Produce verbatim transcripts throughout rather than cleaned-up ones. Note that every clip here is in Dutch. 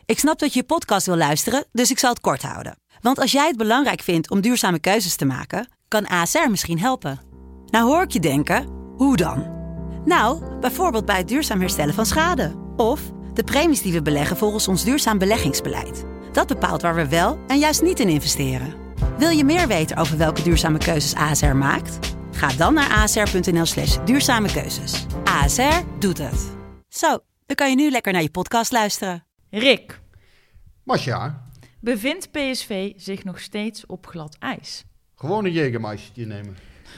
Ik snap dat je je podcast wil luisteren, dus ik zal het kort houden. Want als jij het belangrijk vindt om duurzame keuzes te maken, kan A S R misschien helpen. Nou hoor ik je denken, hoe dan? Nou, bijvoorbeeld bij het duurzaam herstellen van schade. Of de premies die we beleggen volgens ons duurzaam beleggingsbeleid. Dat bepaalt waar we wel en juist niet in investeren. Wil je meer weten over welke duurzame keuzes A S R maakt? Ga dan naar asr.nl slash duurzame keuzes. A S R doet het. Zo, dan kan je nu lekker naar je podcast luisteren. Rick, Masja, bevindt P S V zich nog steeds op glad ijs? gewoon een Jägermeistertje nemen.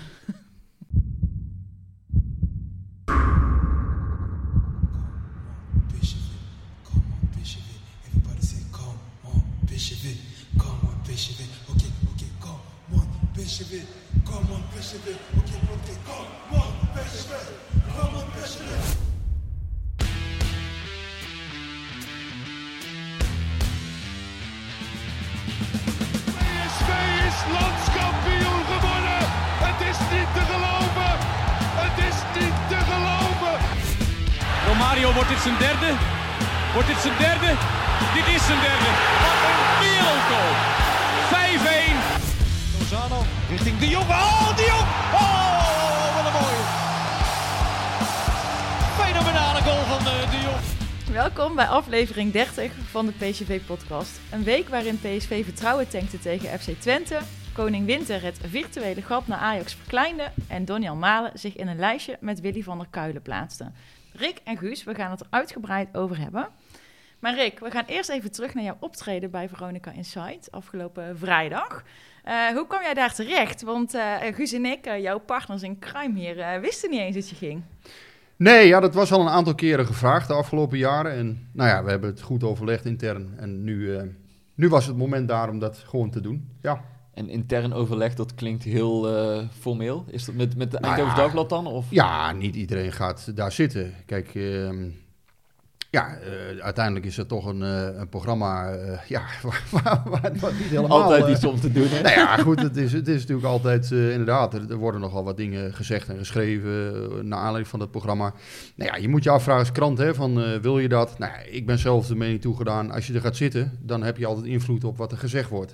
Landskampioen gewonnen! Het is niet te geloven! Het is niet te geloven! Romario, wordt dit zijn derde? Wordt dit zijn derde? Dit is zijn derde. Wat een wereldgoal! vijf-een. Lozano richting De Jong. Oh, De Jong! Oh, wat een mooie! Fenomenale goal van uh, De Jong. Welkom bij aflevering dertig van de P S V-podcast. Een week waarin P S V vertrouwen tankte tegen F C Twente, Koning Winter het virtuele gat naar Ajax verkleinde en Donjan Malen zich in een lijstje met Willy van der Kuilen plaatste. Rick en Guus, we gaan het er uitgebreid over hebben. Maar Rick, we gaan eerst even terug naar jouw optreden bij Veronica Inside afgelopen vrijdag. Uh, hoe kwam jij daar terecht? Want uh, Guus en ik, uh, jouw partners in crime hier, uh, wisten niet eens dat je ging. Nee, ja, dat was al een aantal keren gevraagd de afgelopen jaren. En nou ja, we hebben het goed overlegd intern. En nu, uh, nu was het moment daar om dat gewoon te doen. Ja. En intern overleg, dat klinkt heel uh, formeel. Is dat met, met de Nou Eindhoven ja, Dagblad dan? Of? Ja, niet iedereen gaat daar zitten. Kijk, uh, ja, uh, uiteindelijk is het toch een, uh, een programma uh, ja, waar, waar, waar, wat niet helemaal... Altijd uh, iets om te doen, hè? Nou ja, goed, het is, het is natuurlijk altijd, uh, inderdaad, er, er worden nogal wat dingen gezegd en geschreven uh, naar aanleiding van dat programma. Nou ja, je moet je afvragen als krant, hè, van uh, wil je dat? Nou ja, ik ben zelf de mening toegedaan, als je er gaat zitten, dan heb je altijd invloed op wat er gezegd wordt.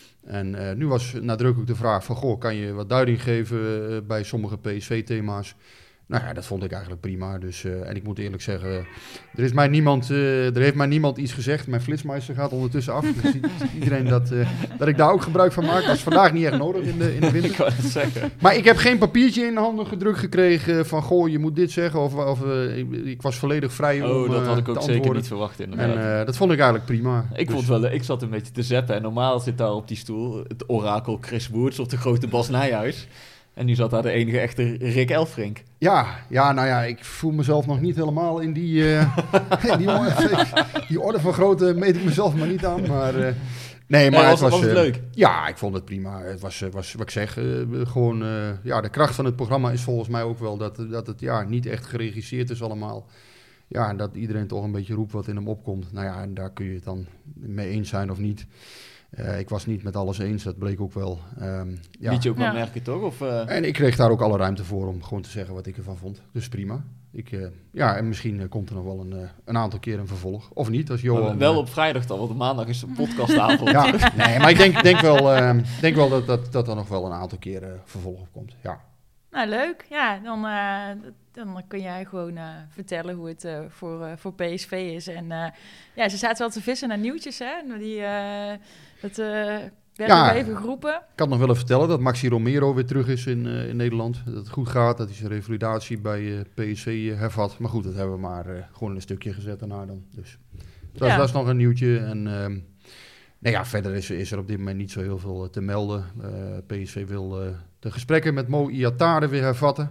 En uh, nu was nadrukkelijk de vraag van, goh, kan je wat duiding geven uh, bij sommige P S V-thema's? Nou ja, dat vond ik eigenlijk prima. Dus, uh, en ik moet eerlijk zeggen, uh, er, is mij niemand, uh, er heeft mij niemand iets gezegd. Mijn flitsmeister gaat ondertussen af. Dus ziet, ziet iedereen dat, uh, dat ik daar ook gebruik van maak. Dat is vandaag niet echt nodig in de, in de winter. Ik wou het zeggen. Maar ik heb geen papiertje in de handen gedrukt gekregen van, goh, je moet dit zeggen. Of, of uh, ik, ik was volledig vrij om Oh, dat uh, had ik te ook antwoorden. zeker niet verwacht, inderdaad. En uh, dat vond ik eigenlijk prima. Ik, dus, vond wel, ik zat een beetje te zappen en normaal zit daar op die stoel het orakel Chris Woerts of de grote Bas Nijhuis. En nu zat daar de enige echte Rick Elfrink. Ja, ja, nou ja, ik voel mezelf nog niet helemaal in die, uh, in die, orde, die orde van grootte meet ik mezelf maar niet aan. Maar uh, nee, maar nee, het was, was, was het uh, leuk? Ja, ik vond het prima. Het was, uh, was wat ik zeg, uh, gewoon, uh, ja, de kracht van het programma is volgens mij ook wel dat, dat het ja, niet echt geregisseerd is allemaal. Ja, en dat iedereen toch een beetje roept wat in hem opkomt. Nou ja, en daar kun je het dan mee eens zijn of niet. Uh, ik was niet met alles eens, dat bleek ook wel. Um, ja. Liet je ook wel Ja. merken, toch? Of, uh... En ik kreeg daar ook alle ruimte voor om gewoon te zeggen wat ik ervan vond. Dus prima. Ik, uh, ja, en misschien uh, komt er nog wel een, uh, een aantal keer een vervolg. Of niet, als Johan... wel uh, op vrijdag dan, want maandag is een podcastavond. ja, nee, maar ik denk, denk wel, uh, denk wel dat, dat, dat er nog wel een aantal keer uh, vervolg op komt. Ja. Nou, leuk. Ja, dan, uh, dan kun jij gewoon uh, vertellen hoe het uh, voor, uh, voor P S V is. En uh, ja, ze zaten wel te vissen naar nieuwtjes, hè. Die, uh, dat uh, werden Ja. we even geroepen. Ik kan nog willen vertellen dat Maxi Romero weer terug is in, uh, in Nederland. Dat het goed gaat, dat hij zijn revalidatie bij uh, P S V uh, hervat. Maar goed, dat hebben we maar uh, gewoon in een stukje gezet daarna dan. Dus dat, Ja. dat is nog een nieuwtje. En um, nou ja, verder is, is er op dit moment niet zo heel veel uh, te melden. Uh, P S V wil uh, de gesprekken met Mo Iatare weer hervatten.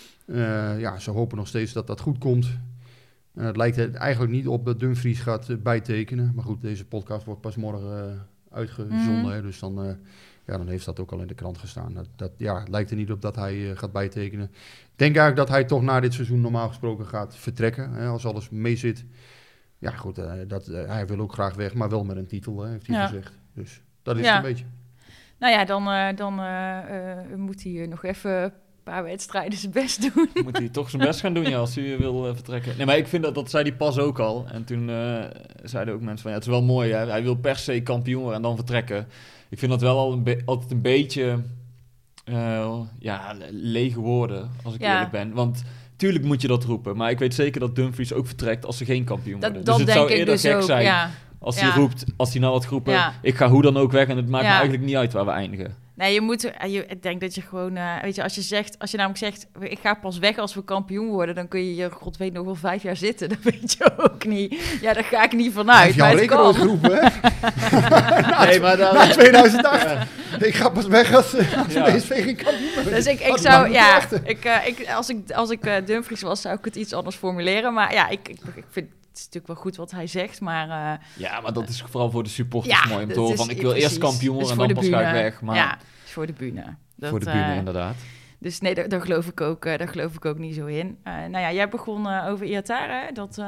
Uh, ja, ze hopen nog steeds dat dat goed komt. En het lijkt er eigenlijk niet op dat Dumfries gaat uh, bijtekenen. Maar goed, deze podcast wordt pas morgen uh, uitgezonden. Mm. Hè, dus dan, uh, ja, dan heeft dat ook al in de krant gestaan. Dat, dat, ja, het lijkt er niet op dat hij uh, gaat bijtekenen. Ik denk eigenlijk dat hij toch na dit seizoen normaal gesproken gaat vertrekken. Hè, als alles mee zit. Ja goed, uh, dat, uh, hij wil ook graag weg, maar wel met een titel, hè, heeft hij Ja. gezegd. Dus dat is Ja. het een beetje. Nou ja, dan, uh, dan uh, uh, moet hij nog even een paar wedstrijden zijn best doen. Moet hij toch zijn best gaan doen, ja, als hij wil uh, vertrekken. Nee, maar ik vind dat, dat zei hij pas ook al. En toen uh, zeiden ook mensen van, ja, het is wel mooi, hè? Hij wil per se kampioen worden en dan vertrekken. Ik vind dat wel al een be- altijd een beetje, uh, ja, lege woorden, als ik Ja. eerlijk ben. Want tuurlijk moet je dat roepen, maar ik weet zeker dat Dumfries ook vertrekt als ze geen kampioen Dat, worden. dat dus het denk zou ik eerder dus gek ook, zijn ja. als Ja. hij roept, als hij nou had geroepen, Ja. ik ga hoe dan ook weg en het maakt Ja. me eigenlijk niet uit waar we eindigen. Nee, je moet, je, ik denk dat je gewoon, uh, weet je, als je zegt, als je namelijk zegt, ik ga pas weg als we kampioen worden, dan kun je hier, god weet nog wel, vijf jaar zitten. Dat weet je ook niet. Ja, daar ga ik niet vanuit. Heb je al maar het rekening kan. geroepen, hè? Nee, maar daar... Na tweeduizend acht. Ik ga pas weg als, als Ja. P S V geen kampioen wordt. Dus ik, ik Had zou, maar ja, moeten ik, uh, ik, als ik, als ik uh, Dumfries was, zou ik het iets anders formuleren. Maar ja, ik, ik, ik vind het is natuurlijk wel goed wat hij zegt, maar... Uh, Ja, maar dat is vooral voor de supporters ja, mooi om het te horen is- van ik wil precies. eerst kampioen Het is worden en voor dan de pas ga ik bühne. weg. Maar Ja, het is voor de bühne. Dat, voor de bühne uh, inderdaad. Dus nee, daar, daar, geloof ik ook, uh, daar geloof ik ook niet zo in. Uh, nou ja, jij begon uh, over Iatare, hè? Dat, uh,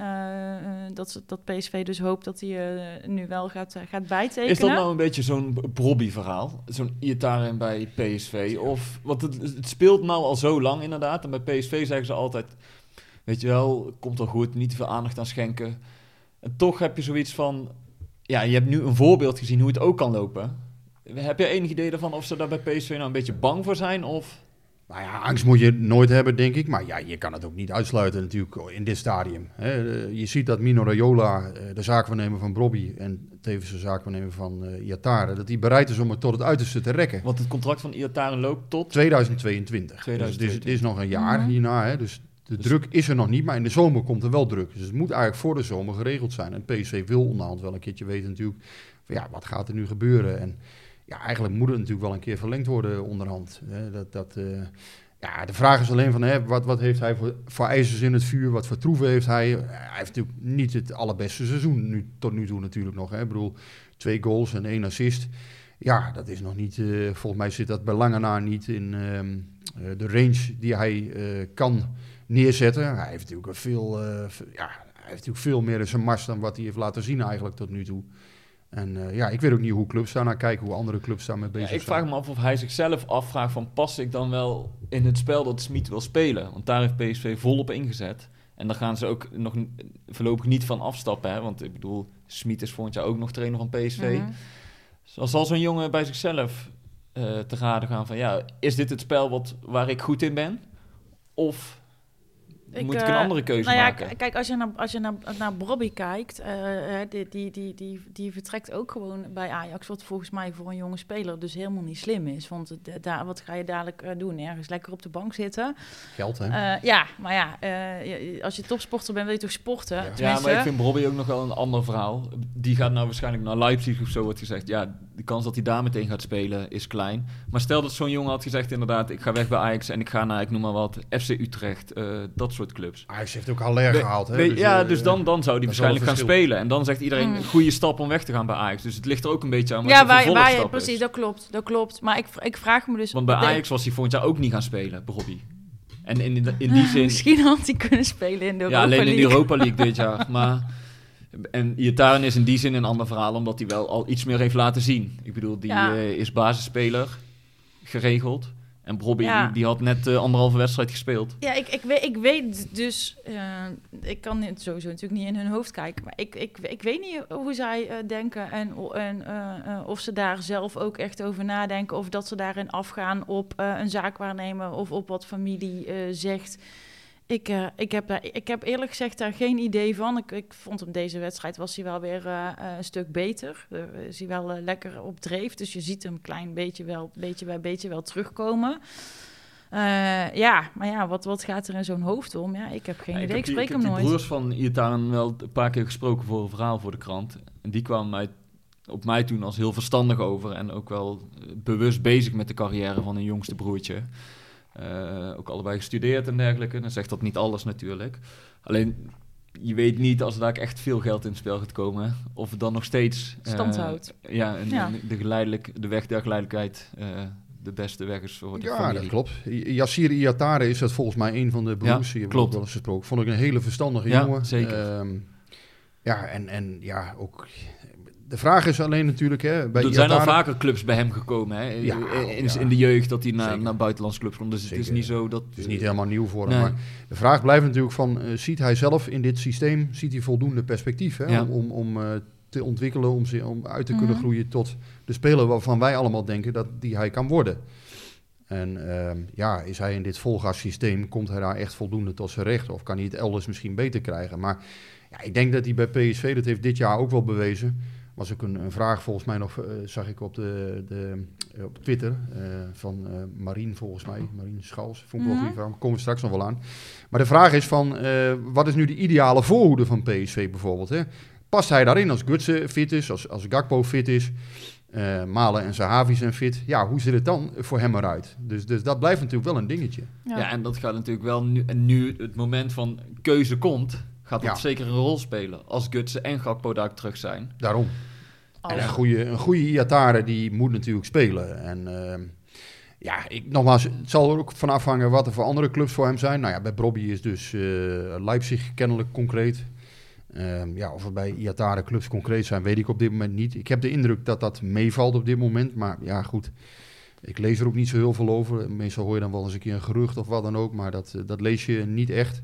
uh, dat, dat P S V dus hoopt dat hij uh, nu wel gaat, uh, gaat bijtekenen. Is dat nou een beetje zo'n Brobby-verhaal? Zo'n Iataren bij P S V? Of, want het, het speelt nou al zo lang inderdaad. En bij P S V zeggen ze altijd, weet je wel, komt wel goed, niet te veel aandacht aan schenken. En toch heb je zoiets van, ja, je hebt nu een voorbeeld gezien hoe het ook kan lopen. Heb je enig idee ervan of ze daar bij P S V nou een beetje bang voor zijn? Of... Nou ja, angst moet je nooit hebben, denk ik. Maar ja, je kan het ook niet uitsluiten natuurlijk in dit stadium. Hè. Je ziet dat Mino Raiola, de zaakwaarnemer van Brobby en tevens de zaakwaarnemer van uh, Iatare, dat hij bereid is om het tot het uiterste te rekken. Want het contract van Iataren loopt tot... tweeduizend tweeëntwintig. tweeduizend Dus, dus het is nog een jaar Mhm. hierna. Hè. Dus de Dus- druk is er nog niet, maar in de zomer komt er wel druk. Dus het moet eigenlijk voor de zomer geregeld zijn. En P S V wil onderhand wel een keertje weten natuurlijk, van ja, wat gaat er nu gebeuren? En ja, eigenlijk moet het natuurlijk wel een keer verlengd worden onderhand. Hè. Dat, dat, uh, ja, de vraag is alleen van, hè, wat, wat heeft hij voor, voor ijzers in het vuur? Wat voor troeven heeft hij? Hij heeft natuurlijk niet het allerbeste seizoen nu, tot nu toe natuurlijk nog. Hè. Ik bedoel, twee goals en één assist. Ja, dat is nog niet, uh, volgens mij zit dat bij lange na niet in um, uh, de range die hij uh, kan neerzetten. Hij heeft natuurlijk veel, uh, v- ja, hij heeft natuurlijk veel meer in zijn mars dan wat hij heeft laten zien eigenlijk tot nu toe. En uh, ja, ik weet ook niet hoe clubs daar naar kijken, hoe andere clubs daarmee bezig Ja, ik zijn. vraag me af of hij zichzelf afvraagt van, pas ik dan wel in het spel dat Smit wil spelen? Want daar heeft P S V volop ingezet. En daar gaan ze ook nog n- voorlopig niet van afstappen. Hè? Want ik bedoel, Smit is volgend jaar ook nog trainer van P S V. Mhm. Zal, zal zo'n jongen bij zichzelf uh, te raden gaan van, ja, is dit het spel wat, waar ik goed in ben? Of Ik, moet ik uh, een andere keuze nou ja, maken? k- kijk, als je naar, als je naar, naar Brobby kijkt, uh, die, die, die, die, die vertrekt ook gewoon bij Ajax, wat volgens mij voor een jonge speler dus helemaal niet slim is. Want uh, daar, wat ga je dadelijk uh, doen? Ergens lekker op de bank zitten? Geld, hè? Uh, ja, maar ja, uh, als je topsporter bent, wil je toch sporten? Ja. Ja, Tenminste, maar ik vind Brobby ook nog wel een ander verhaal. Die gaat nou waarschijnlijk naar Leipzig of zo, wordt gezegd. Ja, de kans dat hij daar meteen gaat spelen is klein. Maar stel dat zo'n jongen had gezegd inderdaad, ik ga weg bij Ajax en ik ga naar, ik noem maar wat, F C Utrecht, uh, dat soort clubs. Ajax heeft ook Haller We- gehaald, hè? we- Dus, ja, uh, dus dan, dan zou hij dat is wel waarschijnlijk gaan een verschil. spelen. En dan zegt iedereen, Mm. goede stap om weg te gaan bij Ajax. Dus het ligt er ook een beetje aan wat ja, de waar, waar je, vervolgstap precies, is. dat klopt, dat klopt. Maar ik, ik vraag me dus... Want bij ik denk- Ajax was hij volgend jaar ook niet gaan spelen, Brobby. En in, in, in die zin... Misschien had hij kunnen spelen in de Europa Ja, alleen in de League. Europa League dit jaar. Maar, en Iataren is in die zin een ander verhaal, omdat hij wel al iets meer heeft laten zien. Ik bedoel, die Ja. uh, is basisspeler, geregeld. En Brobby, Ja. die, die had net uh, anderhalve wedstrijd gespeeld. Ja, ik, ik, weet, ik weet dus... Uh, ik kan het sowieso natuurlijk niet in hun hoofd kijken. Maar ik, ik, ik weet niet hoe zij uh, denken. En, en uh, uh, of ze daar zelf ook echt over nadenken. Of dat ze daarin afgaan op uh, een zaakwaarnemer. Of op wat familie uh, zegt. Ik, uh, ik, heb daar, ik heb eerlijk gezegd daar geen idee van. Ik, ik vond hem deze wedstrijd was hij wel weer uh, een stuk beter. Uh, is hij wel uh, lekker op dreef. Dus je ziet hem een klein beetje wel, beetje bij beetje wel terugkomen. Uh, ja, maar ja, wat, wat gaat er in zo'n hoofd om? Ja, ik heb geen Ja, idee, ik, heb die- spreek ik hem heb nooit. die broers van Iataren wel een paar keer gesproken voor een verhaal voor de krant. En die kwamen mij, op mij toen als heel verstandig over. En ook wel uh, bewust bezig met de carrière van hun jongste broertje. Uh, ook allebei gestudeerd en dergelijke. Dan zegt dat niet alles natuurlijk. Alleen, je weet niet als er daar echt veel geld in het spel gaat komen. Of het dan nog steeds... uh, Stand houdt. Ja, en, Ja. en de, geleidelijk, de weg der geleidelijkheid uh, de beste weg is voor de Ja, familie. dat klopt. Yassir Iatare is dat volgens mij een van de broers. Ja, die hebben klopt. ook wel eens gesproken. Vond ik een hele verstandige Ja, jongen. zeker. Um, Ja, en, en ja, ook... De vraag is alleen natuurlijk... Hè, bij er zijn Iataren... al vaker clubs bij hem gekomen. Hè? Ja, in, ja. in de jeugd dat hij naar, Zeker. naar buitenlandse clubs komt. Dus Zeker. het is niet zo dat... Het is niet helemaal nieuw voor hem. Nee. Maar de vraag blijft natuurlijk van... Uh, ziet hij zelf in dit systeem... Ziet hij voldoende perspectief hè, Ja. om, om, om uh, te ontwikkelen... Om, ze, om uit te Mhm. kunnen groeien tot de speler... waarvan wij allemaal denken dat die hij kan worden. En uh, ja, is hij in dit volgassysteem... komt hij daar echt voldoende tot zijn recht? Of kan hij het elders misschien beter krijgen? Maar ja, ik denk dat hij bij P S V... dat heeft dit jaar ook wel bewezen... was ook een, een vraag volgens mij nog, uh, zag ik op, de, de, uh, op Twitter, uh, van uh, Marien volgens mij, Marien Schals, vond ik wel een goede vraag, daar komen we straks nog wel aan. Maar de vraag is van, uh, wat is nu de ideale voorhoede van P S V bijvoorbeeld? Hè? Past hij daarin als Gutsen fit is, als, als Gakpo fit is, uh, Malen en Zahavi zijn fit? Ja, hoe zit het dan voor hem eruit? Dus, dus dat blijft natuurlijk wel een dingetje. Ja. Ja, en dat gaat natuurlijk wel nu... En nu het moment van keuze komt... gaat dat Ja. zeker een rol spelen. Als Gutsen en Gakpo daar terug zijn. Daarom. Als- En een goede, een goede Iatare, die moet natuurlijk spelen. En uh, ja, ik, nogmaals, het zal er ook van afhangen wat er voor andere clubs voor hem zijn. Nou ja, bij Brobby is dus uh, Leipzig kennelijk concreet. Uh, ja, of er bij Iatare clubs concreet zijn, weet ik op dit moment niet. Ik heb de indruk dat dat meevalt op dit moment. Maar ja, goed, ik lees er ook niet zo heel veel over. Meestal hoor je dan wel eens een keer een gerucht of wat dan ook. Maar dat, dat lees je niet echt.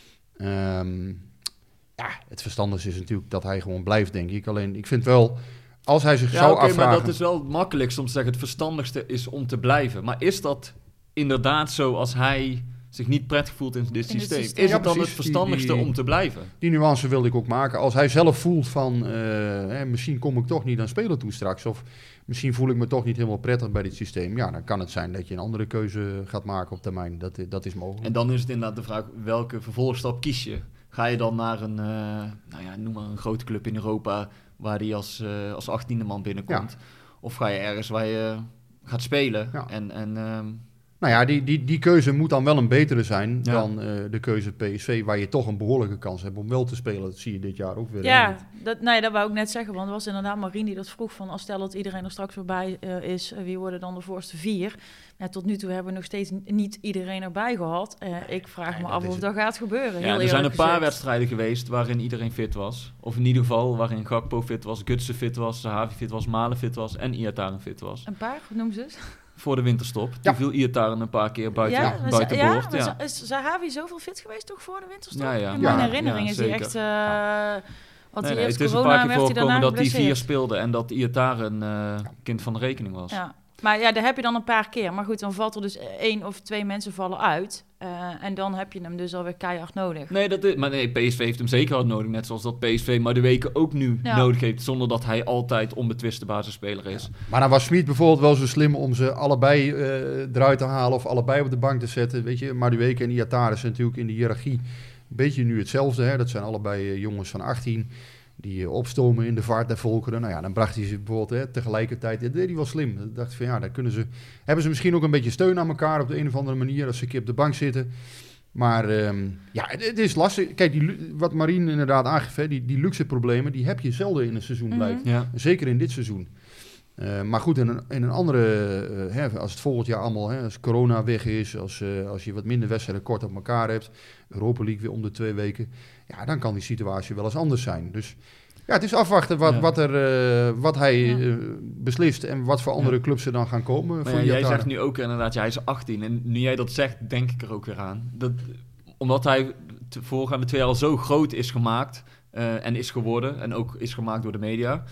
Um, ja, het verstandigste is natuurlijk dat hij gewoon blijft, denk ik. Alleen, ik vind wel... Als hij zich Ja, zou oké, afvragen... maar dat is wel het makkelijkst om te zeggen... het verstandigste is om te blijven. Maar is dat inderdaad zo als hij zich niet prettig voelt in dit dit systeem? systeem. Is Ja, het dan precies. het verstandigste Die- die- om te blijven? Die nuance wilde ik ook maken. Als hij zelf voelt van... Uh, hè, misschien kom ik toch niet aan spelen toe straks... of misschien voel ik me toch niet helemaal prettig bij dit systeem... ja, dan kan het zijn dat je een andere keuze gaat maken op termijn. Dat, dat is mogelijk. En dan is het inderdaad de vraag... welke vervolgstap kies je? Ga je dan naar een... Uh, nou ja, noem maar een grote club in Europa... waar hij als, uh, als achttiende man binnenkomt? Ja. Of ga je ergens waar je gaat spelen? Ja. En... en um, Nou ja, die, die, die keuze moet dan wel een betere zijn Ja. dan uh, de keuze P S V... waar je toch een behoorlijke kans hebt om wel te spelen. Dat zie je dit jaar ook weer. Ja, dat, nee, dat wou ik net zeggen, want het was inderdaad Marien die dat vroeg van als stel dat iedereen er straks weer bij uh, is, uh, wie worden dan de voorste vier? Ja, tot nu toe hebben we nog steeds n- niet iedereen erbij gehad. Uh, ik vraag Nee, me dat af is of het. dat gaat gebeuren. ja, heel er zijn een eerlijk paar gezegd. wedstrijden geweest waarin iedereen fit was. Of in ieder geval waarin Gakpo fit was, Gutsen fit was, Zahavi fit was, Malen fit was en Iataren fit was. Een paar, noem ze eens. Voor de winterstop. Ja. Toen viel Iataren een paar keer buiten, ja, buiten ja, boord. maar Ja. is Zahavi zoveel fit geweest toch voor de winterstop? Ja, ja. In mijn Ja, herinnering ja, is hij zeker. echt... Uh, wat Nee, hij nee, eerst het is een corona paar keer werd hij daarna voorgekomen dat hij vier geblesseerd. speelde en dat Iataren een uh, kind van de rekening was. Ja. Maar ja, daar heb je dan een paar keer. Maar goed, dan valt er dus één of twee mensen vallen uit. Uh, en dan heb je hem dus alweer keihard nodig. Nee, dat is, maar nee, P S V heeft hem zeker hard nodig. Net zoals dat P S V maar de weken ook nu Ja. nodig heeft. Zonder dat hij altijd onbetwiste basisspeler is. Maar dan was Smit bijvoorbeeld wel zo slim om ze allebei uh, eruit te halen... of allebei op de bank te zetten. Weet je, Madueke en Iatare zijn natuurlijk in de hiërarchie... een beetje nu hetzelfde. Hè? Dat zijn allebei uh, jongens van achttien... die uh, opstomen in de vaart der volkeren. Nou ja, dan bracht hij ze bijvoorbeeld hè, tegelijkertijd... Dat deed hij wel slim. Dan dacht ik van ja, dan kunnen ze... hebben ze misschien ook een beetje steun aan elkaar... op de een of andere manier als ze een keer op de bank zitten... Maar um, ja, het, het is lastig. Kijk, die, wat Marien inderdaad aangeeft, hè, die, die luxe problemen... die heb je zelden in een seizoen Mhm. blijft. Ja. Zeker in dit seizoen. Uh, maar goed, in een, in een andere... Uh, hè, als het volgend jaar allemaal... Hè, als corona weg is... Als, uh, als je wat minder wedstrijden kort op elkaar hebt... Europa League weer om de twee weken... ja, dan kan die situatie wel eens anders zijn. Dus ja, het is afwachten wat, Ja. wat, er, uh, wat hij Ja. uh, beslist... en wat voor andere Ja. clubs er dan gaan komen. Maar voor ja, jij Iatare. zegt nu ook inderdaad, ja, hij is achttien. En nu jij dat zegt, denk ik er ook weer aan. Dat, omdat hij de voorgaande twee jaar al zo groot is gemaakt... Uh, en is geworden. En ook is gemaakt door de media...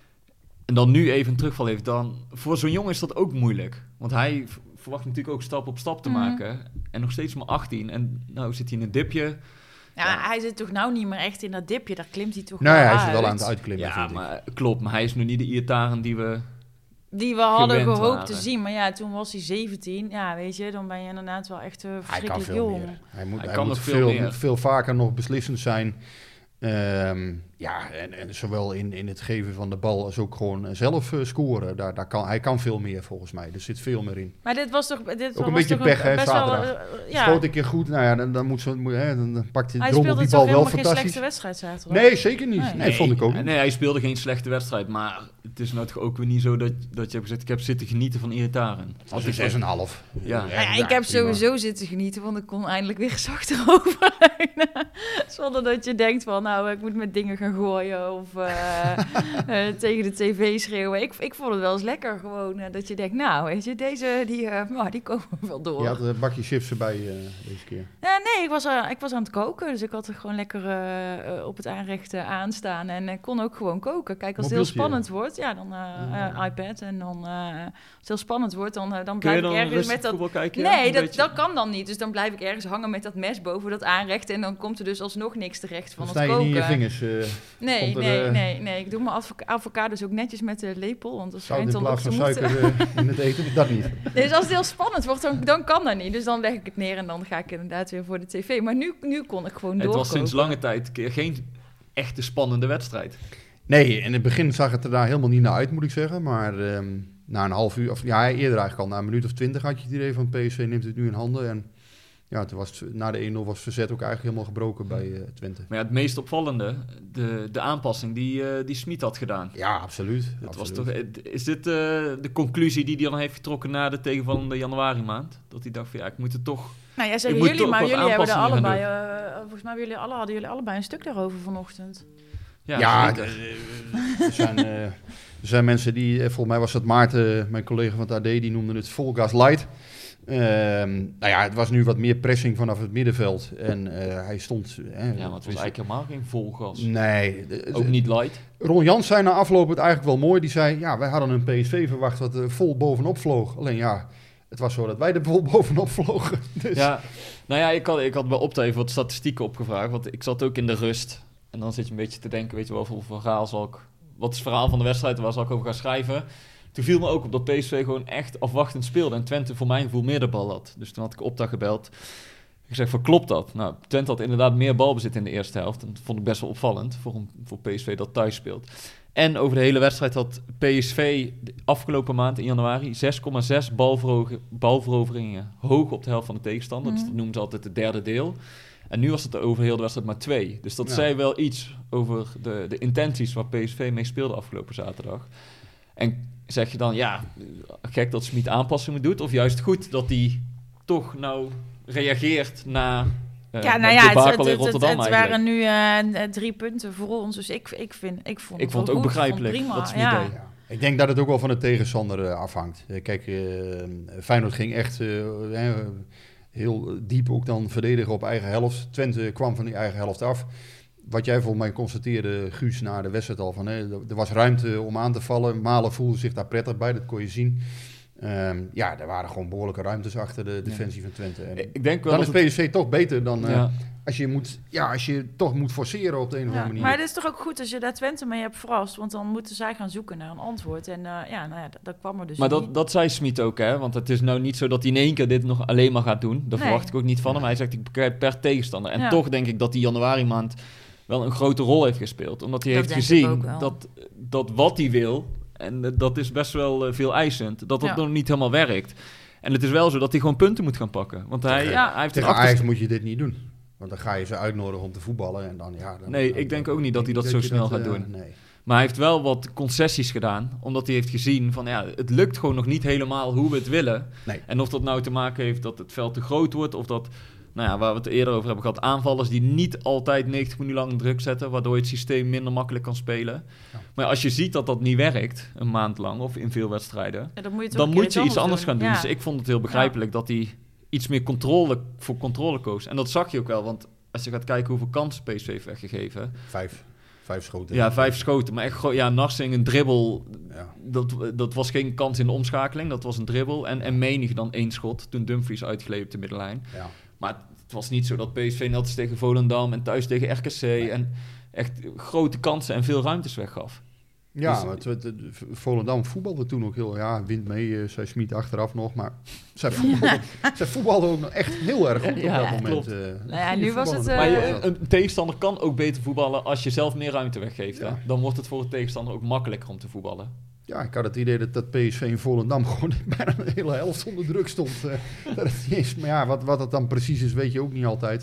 En dan nu even een terugval heeft, dan... Voor zo'n jongen is dat ook moeilijk. Want hij v- verwacht natuurlijk ook stap op stap te Mhm. maken. En nog steeds maar achttien. En nou zit hij in een dipje. Ja, Ja. hij zit toch nou niet meer echt in dat dipje. Daar klimt hij toch Nee, wel hij is uit. er wel aan het uitklimmen, Ja, vind ik. maar klopt. Maar hij is nu niet de Iataren die we... Die we hadden gewend gehoopt waren. te zien. Maar ja, toen was hij zeventien. Ja, weet je, dan ben je inderdaad wel echt uh, Hij kan verschrikkelijk veel jong. meer. Hij moet, Hij hij kan moet nog veel veel, meer. veel vaker nog beslissend zijn. Um, ja, en, en zowel in, in het geven van de bal als ook gewoon zelf uh, scoren. Daar, daar kan, hij kan veel meer volgens mij. Er zit veel meer in. Maar dit was toch... Dit Ook een was beetje toch pech, hè, best wel, zaterdag. uh, ja. Schoot een keer goed, nou ja, dan, dan, moet ze, moet, hè, dan, dan pakt hij Hij drommel speelde die toch bal wel helemaal geen fantastisch. slechte wedstrijd zaterdag? Nee, zeker niet. Nee. Nee, vond ik ook niet. Nee, hij speelde geen slechte wedstrijd. Maar het is nou toch ook weer niet zo dat, dat je hebt gezegd... Ik heb zitten genieten van Iataren. Als een zes komma vijf. Ja. Ja, ik heb sowieso zitten genieten, want ik kon eindelijk weer eens achteroverleunen. Zonder dat je denkt van, nou, ik moet met dingen gaan dingen gooien of uh, uh, tegen de tv schreeuwen. Ik, ik vond het wel eens lekker gewoon uh, dat je denkt, nou, weet je, deze, die, uh, nou, die komen wel door. Je had een bakje chips erbij uh, deze keer. Ja, nee, ik was, uh, ik was aan het koken, dus ik had er gewoon lekker uh, uh, op het aanrecht uh, aanstaan en ik uh, kon ook gewoon koken. Kijk, als het heel spannend wordt, ja, dan uh, ja. uh, iPad en dan uh, als het heel spannend wordt, dan, uh, dan Kun je blijf dan ik ergens met dat... voetbal kijken? Nee, ja, dat, dat kan dan niet. Dus dan blijf ik ergens hangen met dat mes boven dat aanrecht en dan komt er dus alsnog niks terecht van dan het sta je koken. niet in je vingers. Uh, nee, er, nee, uh, nee, nee. Ik doe mijn advo- avocados ook netjes met de lepel, want dat zout schijnt in dan ook plaats te van moeten. suiker uh, in het eten, dat niet. Nee, dus als het heel spannend wordt, dan, dan kan dat niet. Dus dan leg ik het neer en dan ga ik inderdaad weer voor de tv. Maar nu, nu kon ik gewoon Het doorkoken. was sinds lange tijd een keer geen echte spannende wedstrijd. Nee, in het begin zag het er daar helemaal niet naar uit, moet ik zeggen. Maar um, na een half uur, of ja, eerder eigenlijk al, na een minuut of twintig had je het idee van P S V neemt het nu in handen. En ja, toen was het, na de één nul was verzet ook eigenlijk helemaal gebroken bij uh, Twente. Maar ja, het meest opvallende, de, de aanpassing die, uh, die Smit had gedaan. Ja, absoluut. Het absoluut. was toch, is dit uh, de conclusie die hij dan heeft getrokken na de tegenvallende januari maand? Dat hij dacht van ja, ik moet het toch... Nou ja, Ik zeggen moet jullie, toch maar wat jullie hebben er aanpassingen allebei... gaan Uh, volgens mij hebben jullie, alle, hadden jullie allebei een stuk daarover vanochtend. Ja, Ja, zeker. d- er, zijn, uh, er zijn mensen die, volgens mij was dat Maarten, mijn collega van het A D, die noemde het vol gas light. Um, nou ja, het was nu wat meer pressing vanaf het middenveld. En uh, hij stond... Uh, Ja, maar het was eigenlijk helemaal geen vol gas. Nee. De, Ook niet light. Ron Jans zei na afloop het eigenlijk wel mooi. Die zei, ja, wij hadden een P S V verwacht wat uh, vol bovenop vloog. Alleen ja, het was zo dat wij er vol bovenop vlogen. Dus. Ja, nou ja, ik had, ik had bij Opta even wat statistieken opgevraagd. Want ik zat ook in de rust. En dan zit je een beetje te denken, weet je wel, voor verhaal zal ik... Wat is het verhaal van de wedstrijd en waar zal ik over gaan schrijven? Toen viel me ook op dat P S V gewoon echt afwachtend speelde. En Twente voor mijn gevoel meer de bal had. Dus toen had ik Opta gebeld. Ik zeg van, klopt dat? Nou, Twente had inderdaad meer balbezit in de eerste helft. En dat vond ik best wel opvallend voor, een, voor P S V dat thuis speelt. En over de hele wedstrijd had P S V de afgelopen maand in januari zes komma zes balverover, balveroveringen hoog op de helft van de tegenstander. Mm. Dus dat noemen ze altijd het derde deel. En nu was het over heel de wedstrijd maar twee. Dus dat ja. zei wel iets over de, de intenties waar P S V mee speelde afgelopen zaterdag. En zeg je dan, ja, gek dat Smit aanpassingen doet? Of juist goed dat hij toch nou reageert na uh, ja, nou ja, de bakel het, in Rotterdam het, het, het eigenlijk. waren nu uh, drie punten voor ons. Dus ik, ik, vind, ik vond ik het vond het ook goed, begrijpelijk prima. wat Smit ja. deed. Ja. Ik denk dat het ook wel van de tegenstander uh, afhangt. Uh, kijk, uh, Feyenoord ging echt uh, uh, heel diep ook dan verdedigen op eigen helft. Twente kwam van die eigen helft af. Wat jij volgens mij constateerde, Guus, na de wedstrijd al, van hè, er was ruimte om aan te vallen. Malen voelde zich daar prettig bij, dat kon je zien. Um, ja, er waren gewoon behoorlijke ruimtes achter de defensie ja. van Twente. En ik denk wel dan dat is P S V het... toch beter dan uh, ja. als, je moet, ja, als je toch moet forceren op de een of andere ja, manier. Maar het is toch ook goed als je daar Twente mee hebt verrast. Want dan moeten zij gaan zoeken naar een antwoord. En uh, ja, nou ja, dat, dat kwam er dus Maar niet. dat, dat zei Smit ook, hè? Want het is nou niet zo dat hij in één keer dit nog alleen maar gaat doen. Dat nee. verwacht ik ook niet van hem. Hij zegt, ik bekijk per tegenstander. En ja. toch denk ik dat die januari maand wel een grote rol heeft gespeeld. Omdat hij dat heeft gezien dat, dat wat hij wil, en uh, dat is best wel uh, veel eisend, dat dat ja. nog niet helemaal werkt. En het is wel zo dat hij gewoon punten moet gaan pakken. Want hij, ja. hij heeft tegen achterst... Ajax moet je dit niet doen. Want dan ga je ze uitnodigen om te voetballen. En dan, ja, dan, nee, dan, ik denk dan, ook niet dat hij dat zo dat snel dat, gaat uh, doen. Nee. Maar hij heeft wel wat concessies gedaan. Omdat hij heeft gezien van ja, het lukt gewoon nog niet helemaal hoe we het willen. Nee. En of dat nou te maken heeft dat het veld te groot wordt. Of dat, nou ja, waar we het eerder over hebben gehad, aanvallers die niet altijd negentig minuten lang druk zetten. Waardoor je het systeem minder makkelijk kan spelen. Ja. Maar als je ziet dat dat niet werkt, een maand lang of in veel wedstrijden. Ja, dan moet je, dan moet je iets anders doen. gaan doen. Ja. Dus ik vond het heel begrijpelijk ja. dat hij iets meer controle voor controle koos. En dat zag je ook wel, want als je gaat kijken hoeveel kansen P S V heeft weggegeven. Vijf. Vijf schoten. Ja, vijf schoten. Maar echt gewoon, ja, Narsing, een dribbel. Ja. Dat, dat was geen kans in de omschakeling. Dat was een dribbel. En, en menig dan één schot. Toen Dumfries uitgeleed op de middenlijn. Ja. Maar het was niet zo dat P S V net als tegen Volendam en thuis tegen R K C. Nee. En echt grote kansen en veel ruimtes weggaf. Ja, dus, maar het, het, het, Volendam voetbalde toen ook heel... Ja, wint mee, uh, zei Smit achteraf nog. Maar zij voetbalden, zij voetbalden ook nog echt heel erg goed ja, op dat moment. Uh, nou ja, nu was het... Uh, maar je, een, een tegenstander kan ook beter voetballen als je zelf meer ruimte weggeeft. Ja. Hè? Dan wordt het voor de tegenstander ook makkelijker om te voetballen. Ja, ik had het idee dat, dat P S V in Volendam gewoon bijna een hele helft onder druk stond. Uh, dat het niet eens, maar ja, wat, wat het dan precies is, weet je ook niet altijd.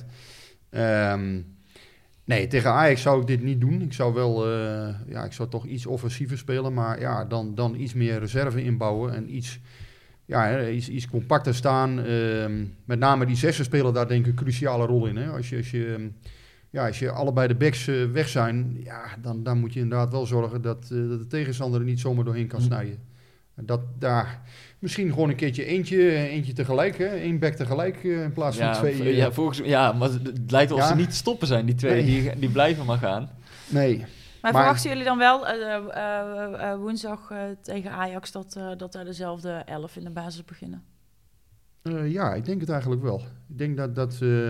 Um, Nee, tegen Ajax zou ik dit niet doen. Ik zou wel, uh, ja, ik zou toch iets offensiever spelen, maar ja, dan, dan iets meer reserve inbouwen en iets, ja, iets, iets compacter staan. Uh, met name die zessen spelen daar denk ik een cruciale rol in. Hè? Als je, als je, ja, als je allebei de backs uh, weg zijn, ja, dan, dan moet je inderdaad wel zorgen dat, uh, dat de tegenstander er niet zomaar doorheen kan mm. snijden. Dat daar misschien gewoon een keertje eentje, eentje tegelijk, hè? één back tegelijk uh, in plaats ja, van twee. Uh, ja, volgens, ja, maar het lijkt wel ja. of ze niet te stoppen zijn, die twee, nee. die, die blijven maar gaan. Nee. Maar, maar verwachten jullie dan wel uh, uh, uh, woensdag uh, tegen Ajax dat, uh, dat daar dezelfde elf in de basis beginnen? Uh, ja, ik denk het eigenlijk wel. Ik denk dat dat... Uh,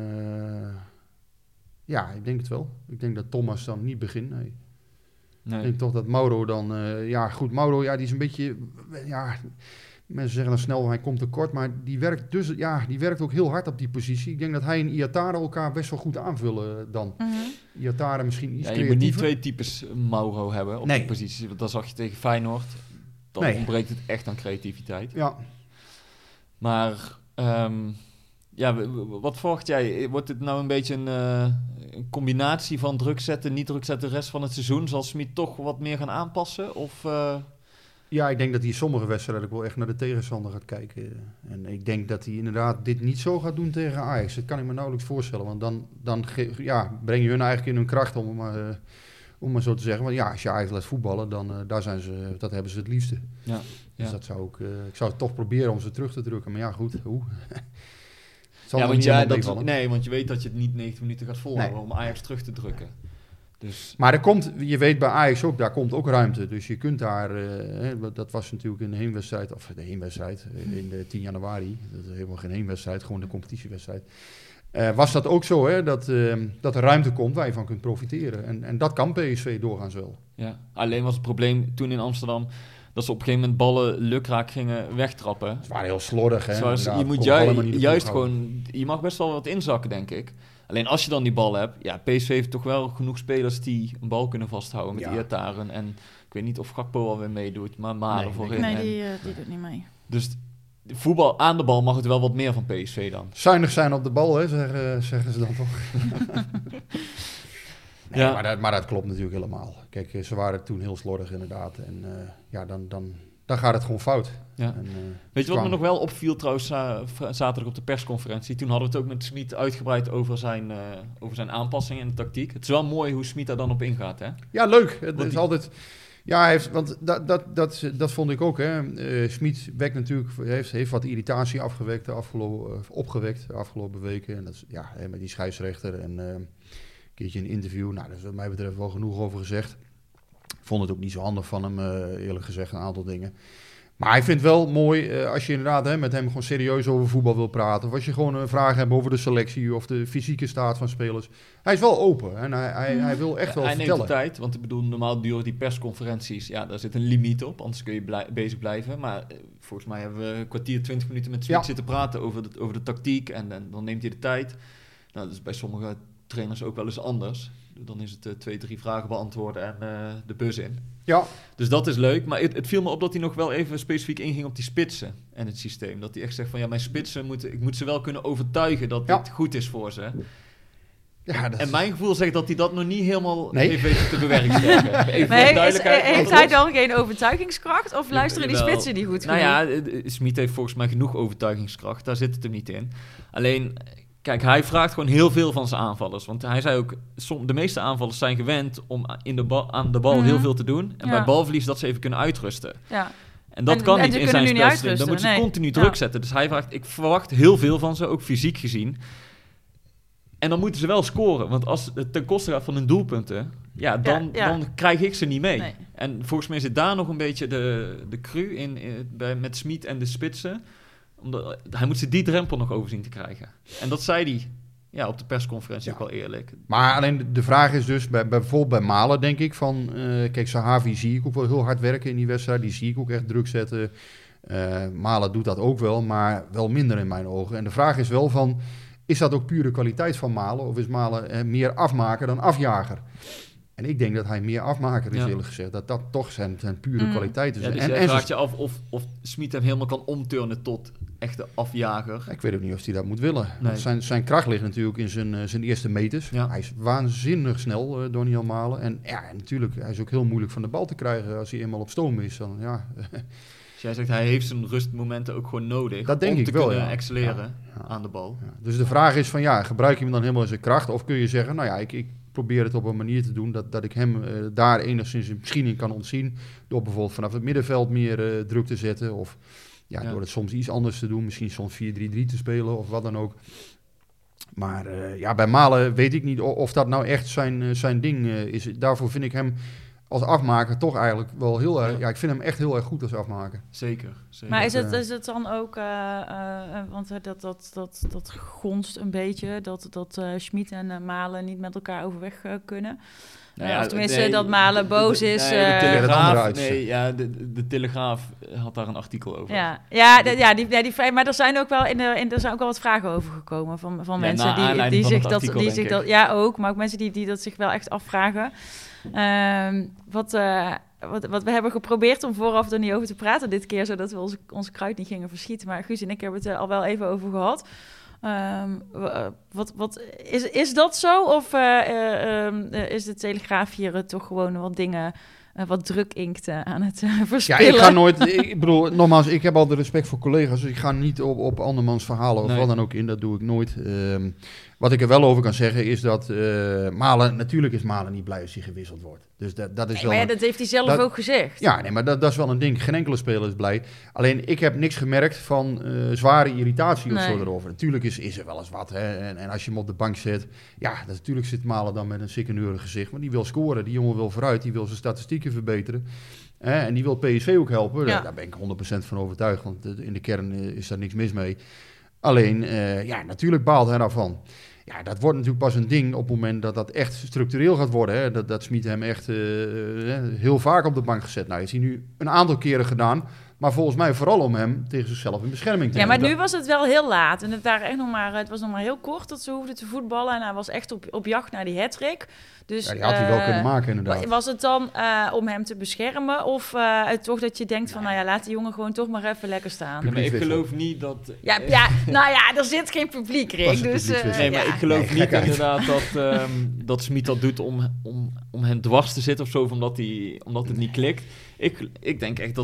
ja, ik denk het wel. Ik denk dat Thomas dan niet begint, nee. nee. Ik denk toch dat Mauro dan... Uh, ja, goed, Mauro, ja, die is een beetje... Ja, mensen zeggen dan snel, hij komt tekort, maar die werkt, dus, ja, die werkt ook heel hard op die positie. Ik denk dat hij en Iatare elkaar best wel goed aanvullen dan. Mm-hmm. Iatare misschien iets ja, je creatiever. moet niet twee types Mauro hebben op nee. die positie, want dat zag je tegen Feyenoord. Dan nee. ontbreekt het echt aan creativiteit. Ja. Maar um, ja, wat verwacht jij? Wordt het nou een beetje een, uh, een combinatie van druk zetten, niet druk zetten de rest van het seizoen? Zal Smit toch wat meer gaan aanpassen? Of... Uh... Ja, ik denk dat hij sommige wedstrijden ook wel echt naar de tegenstander gaat kijken. En ik denk dat hij inderdaad dit niet zo gaat doen tegen Ajax. Dat kan ik me nauwelijks voorstellen. Want dan, dan ja, breng je hun eigenlijk in hun kracht, om maar, uh, om maar zo te zeggen. Want ja, als je Ajax laat voetballen, dan uh, daar zijn ze, dat hebben ze het liefste. Ja, dus ja. dat zou ik, uh, ik zou het toch proberen om ze terug te drukken. Maar ja, goed, hoe? ja, want ja, dat, nee, want je weet dat je het niet negentig minuten gaat volhouden nee. om Ajax terug te drukken. Dus. Maar er komt, je weet bij Ajax ook, daar komt ook ruimte. Dus je kunt daar, uh, dat was natuurlijk een heenwedstrijd, of de heenwedstrijd in de tien januari. Dat is helemaal geen heenwedstrijd, gewoon de competitiewedstrijd. Uh, was dat ook zo, hè, dat, uh, dat er ruimte komt waar je van kunt profiteren. En, en dat kan P S V doorgaans wel. Ja, alleen was het probleem toen in Amsterdam dat ze op een gegeven moment ballen lukraak gingen wegtrappen. Ze waren heel slordig, hè. Zoals, je moet ju- juist gewoon, je mag best wel wat inzakken, denk ik. Alleen als je dan die bal hebt, ja, P S V heeft toch wel genoeg spelers die een bal kunnen vasthouden met ja. Iataren. En ik weet niet of Gakpo alweer meedoet, maar Malen nee, voorin. Nee, die, uh, die doet niet mee. Dus voetbal aan de bal mag het wel wat meer van P S V dan. Zuinig zijn op de bal, hè, zeggen, zeggen ze dan toch. nee, ja. maar, dat, maar dat klopt natuurlijk helemaal. Kijk, ze waren toen heel slordig inderdaad. En uh, ja, dan... dan Dan gaat het gewoon fout. Ja. En, uh, Weet je wat me nog wel opviel trouwens uh, zaterdag op de persconferentie? Toen hadden we het ook met Smit uitgebreid over zijn, uh, over zijn aanpassingen en de tactiek. Het is wel mooi hoe Smit daar dan op ingaat, hè? Ja, leuk. Het want is die... altijd... Ja, hij heeft, want dat, dat, dat, dat vond ik ook, hè. Uh, Smit wekt natuurlijk, heeft, heeft wat irritatie afgewekt, de afgelopen, uh, opgewekt de afgelopen weken. En dat is, ja, hè, met die scheidsrechter en uh, een keertje een interview. Nou, daar is wat mij betreft wel genoeg over gezegd. Ik vond het ook niet zo handig van hem, uh, eerlijk gezegd, een aantal dingen. Maar hij vindt wel mooi, uh, als je inderdaad hè, met hem gewoon serieus over voetbal wil praten. Of als je gewoon een vraag hebt over de selectie of de fysieke staat van spelers. Hij is wel open en hij, hij, hij wil echt wel hij vertellen. Hij neemt de tijd, want ik bedoel, normaal duren die persconferenties, ja, daar zit een limiet op. Anders kun je blij, bezig blijven. Maar uh, volgens mij hebben we een kwartier, twintig minuten met Smit ja. zitten praten over de, over de tactiek. En, en dan neemt hij de tijd. Nou, dat is bij sommige trainers ook wel eens anders. Dan is het uh, twee, drie vragen beantwoorden en uh, de bus in. Ja. Dus dat is leuk. Maar het, het viel me op dat hij nog wel even specifiek inging op die spitsen en het systeem. Dat hij echt zegt van ja, mijn spitsen moeten, ik moet ze wel kunnen overtuigen dat ja. dit goed is voor ze. Ja, dat en is... mijn gevoel zegt dat hij dat nog niet helemaal nee. heeft weten te bewerkstelligen. Even maar voor duidelijkheid. Is, heeft hij dan geen overtuigingskracht of luisteren die spitsen die goed genoeg? Nou ja, Smit heeft volgens mij genoeg overtuigingskracht. Daar zit het hem niet in. Alleen... Kijk, hij vraagt gewoon heel veel van zijn aanvallers. Want hij zei ook, de meeste aanvallers zijn gewend om in de bal, aan de bal mm-hmm. heel veel te doen. En ja. bij balverlies dat ze even kunnen uitrusten. Ja. En dat en, kan en niet in zijn spel. Dan moeten ze nee. continu ja. druk zetten. Dus hij vraagt, ik verwacht heel veel van ze, ook fysiek gezien. En dan moeten ze wel scoren. Want als het ten koste gaat van hun doelpunten, ja, dan, ja, ja. dan krijg ik ze niet mee. Nee. En volgens mij zit daar nog een beetje de, de cru in, in bij, met Smit en de spitsen. Omdat, hij moet ze die drempel nog over zien te krijgen. En dat zei hij ja, op de persconferentie ja. ook wel eerlijk. Maar alleen de, de vraag is dus, bij, bijvoorbeeld bij Malen denk ik van... Uh, kijk, Sahavi zie ik ook wel heel hard werken in die wedstrijd. Die zie ik ook echt druk zetten. Uh, Malen doet dat ook wel, maar wel minder in mijn ogen. En de vraag is wel van, is dat ook pure kwaliteit van Malen? Of is Malen uh, meer afmaker dan afjager? En ik denk dat hij meer afmaker is, ja. eerlijk gezegd. Dat dat toch zijn, zijn pure mm. kwaliteit is. Ja, dus en, jij en vraagt je af of, of Smit hem helemaal kan omturnen tot echte afjager. Ik weet ook niet of hij dat moet willen. Nee. Zijn, zijn kracht ligt natuurlijk in zijn, uh, zijn eerste meters. Ja. Hij is waanzinnig snel, uh, Doniel Malen. En ja, natuurlijk, hij is ook heel moeilijk van de bal te krijgen als hij eenmaal op stoom is. Dan, ja, Dus jij zegt, hij heeft zijn rustmomenten ook gewoon nodig. Dat denk om ik te wel, kunnen ja. excelleren Ja, ja. aan de bal. Ja, dus de vraag is van ja, gebruik je hem dan helemaal in zijn kracht? Of kun je zeggen, nou ja, ik, ik probeer het op een manier te doen dat, dat ik hem uh, daar enigszins misschien in kan ontzien. Door bijvoorbeeld vanaf het middenveld meer uh, druk te zetten. Of ja, Ja. door het soms iets anders te doen. Misschien soms vier drie drie te spelen of wat dan ook. Maar uh, ja, bij Malen weet ik niet of, of dat nou echt zijn, uh, zijn ding uh, is. Daarvoor vind ik hem als afmaker toch eigenlijk wel heel erg... Ja. Ja, ik vind hem echt heel erg goed als afmaker. Zeker. zeker. Maar is het, ja. is het dan ook, uh, uh, want dat, dat, dat, dat gonst een beetje, dat, dat uh, Schmid en uh, Malen niet met elkaar overweg uh, kunnen? Nou Uh, ja, of tenminste, nee, dat Malen boos de- is. nee, de uh, Telegraaf, Ja, dat nee, ja, de, de, de Telegraaf had daar een artikel over. Ja, ja, de, ja die, ja die, maar er zijn ook wel in de, in, er zijn ook wel wat vragen over gekomen van, van Ja, mensen naar die, die aanleiding van zich het dat, artikel, die denk zich ik. dat, ja ook, maar ook mensen die, die dat zich wel echt afvragen. Um, wat, uh, wat, wat we hebben geprobeerd om vooraf er niet over te praten dit keer, zodat we onze, onze kruid niet gingen verschieten. Maar Guus en ik hebben het er al wel even over gehad. Um, wat, wat, is, is dat zo? Of uh, uh, um, uh, is de Telegraaf hier uh, toch gewoon wat dingen, uh, wat druk inkt uh, aan het uh, Ja, verspillen? ik ga nooit... Ik bedoel, nogmaals, ik heb altijd respect voor collega's. Dus ik ga niet op, op andermans verhalen of Nee. wat dan ook in. Dat doe ik nooit. Um, wat ik er wel over kan zeggen is dat uh, Malen... Natuurlijk is Malen niet blij als hij gewisseld wordt. Dus dat, dat is Nee, wel... maar ja, een- dat heeft hij zelf dat- ook gezegd. Ja, nee, maar dat, dat is wel een ding. Geen enkele speler is blij. Alleen, ik heb niks gemerkt van uh, zware irritatie of Nee. zo erover. Natuurlijk is, is er wel eens wat. Hè? En, en als je hem op de bank zet... Ja, dat, natuurlijk zit Malen dan met een sikkeneurig gezicht. Maar die wil scoren. Die jongen wil vooruit. Die wil zijn statistieken verbeteren. Hè? En die wil P S V ook helpen. Ja. Daar, daar ben ik honderd procent van overtuigd. Want uh, in de kern uh, is daar niks mis mee. Alleen, uh, ja, natuurlijk baalt hij daarvan. Ja, dat wordt natuurlijk pas een ding op het moment dat dat echt structureel gaat worden. Hè? Dat, dat Schmid hem echt uh, heel vaak op de bank gezet. Nou, is hij nu een aantal keren gedaan. Maar volgens mij vooral om hem tegen zichzelf in bescherming te Ja, maar nemen. nu was het wel heel laat. En het, waren echt nog maar, het was nog maar heel kort dat ze hoefden te voetballen. En hij was echt op, op jacht naar die hat-trick. Dus, Ja, die had hij wel uh, kunnen maken inderdaad. Was het dan uh, om hem te beschermen? Of uh, toch dat je denkt van, nou ja, laat die jongen gewoon toch maar even lekker staan. Ja, maar ik Publiekswissel. geloof niet dat... Ja, ja, nou ja, er zit geen publiek, Rick. Was het Dus, uh, publiekswissel? Nee, maar ja. ik geloof Nee, niet gekheid. inderdaad dat, um, dat Schmid dat doet om, om, om hen dwars te zitten of zo, of omdat, die, omdat het niet klikt. Ik, ik denk echt dat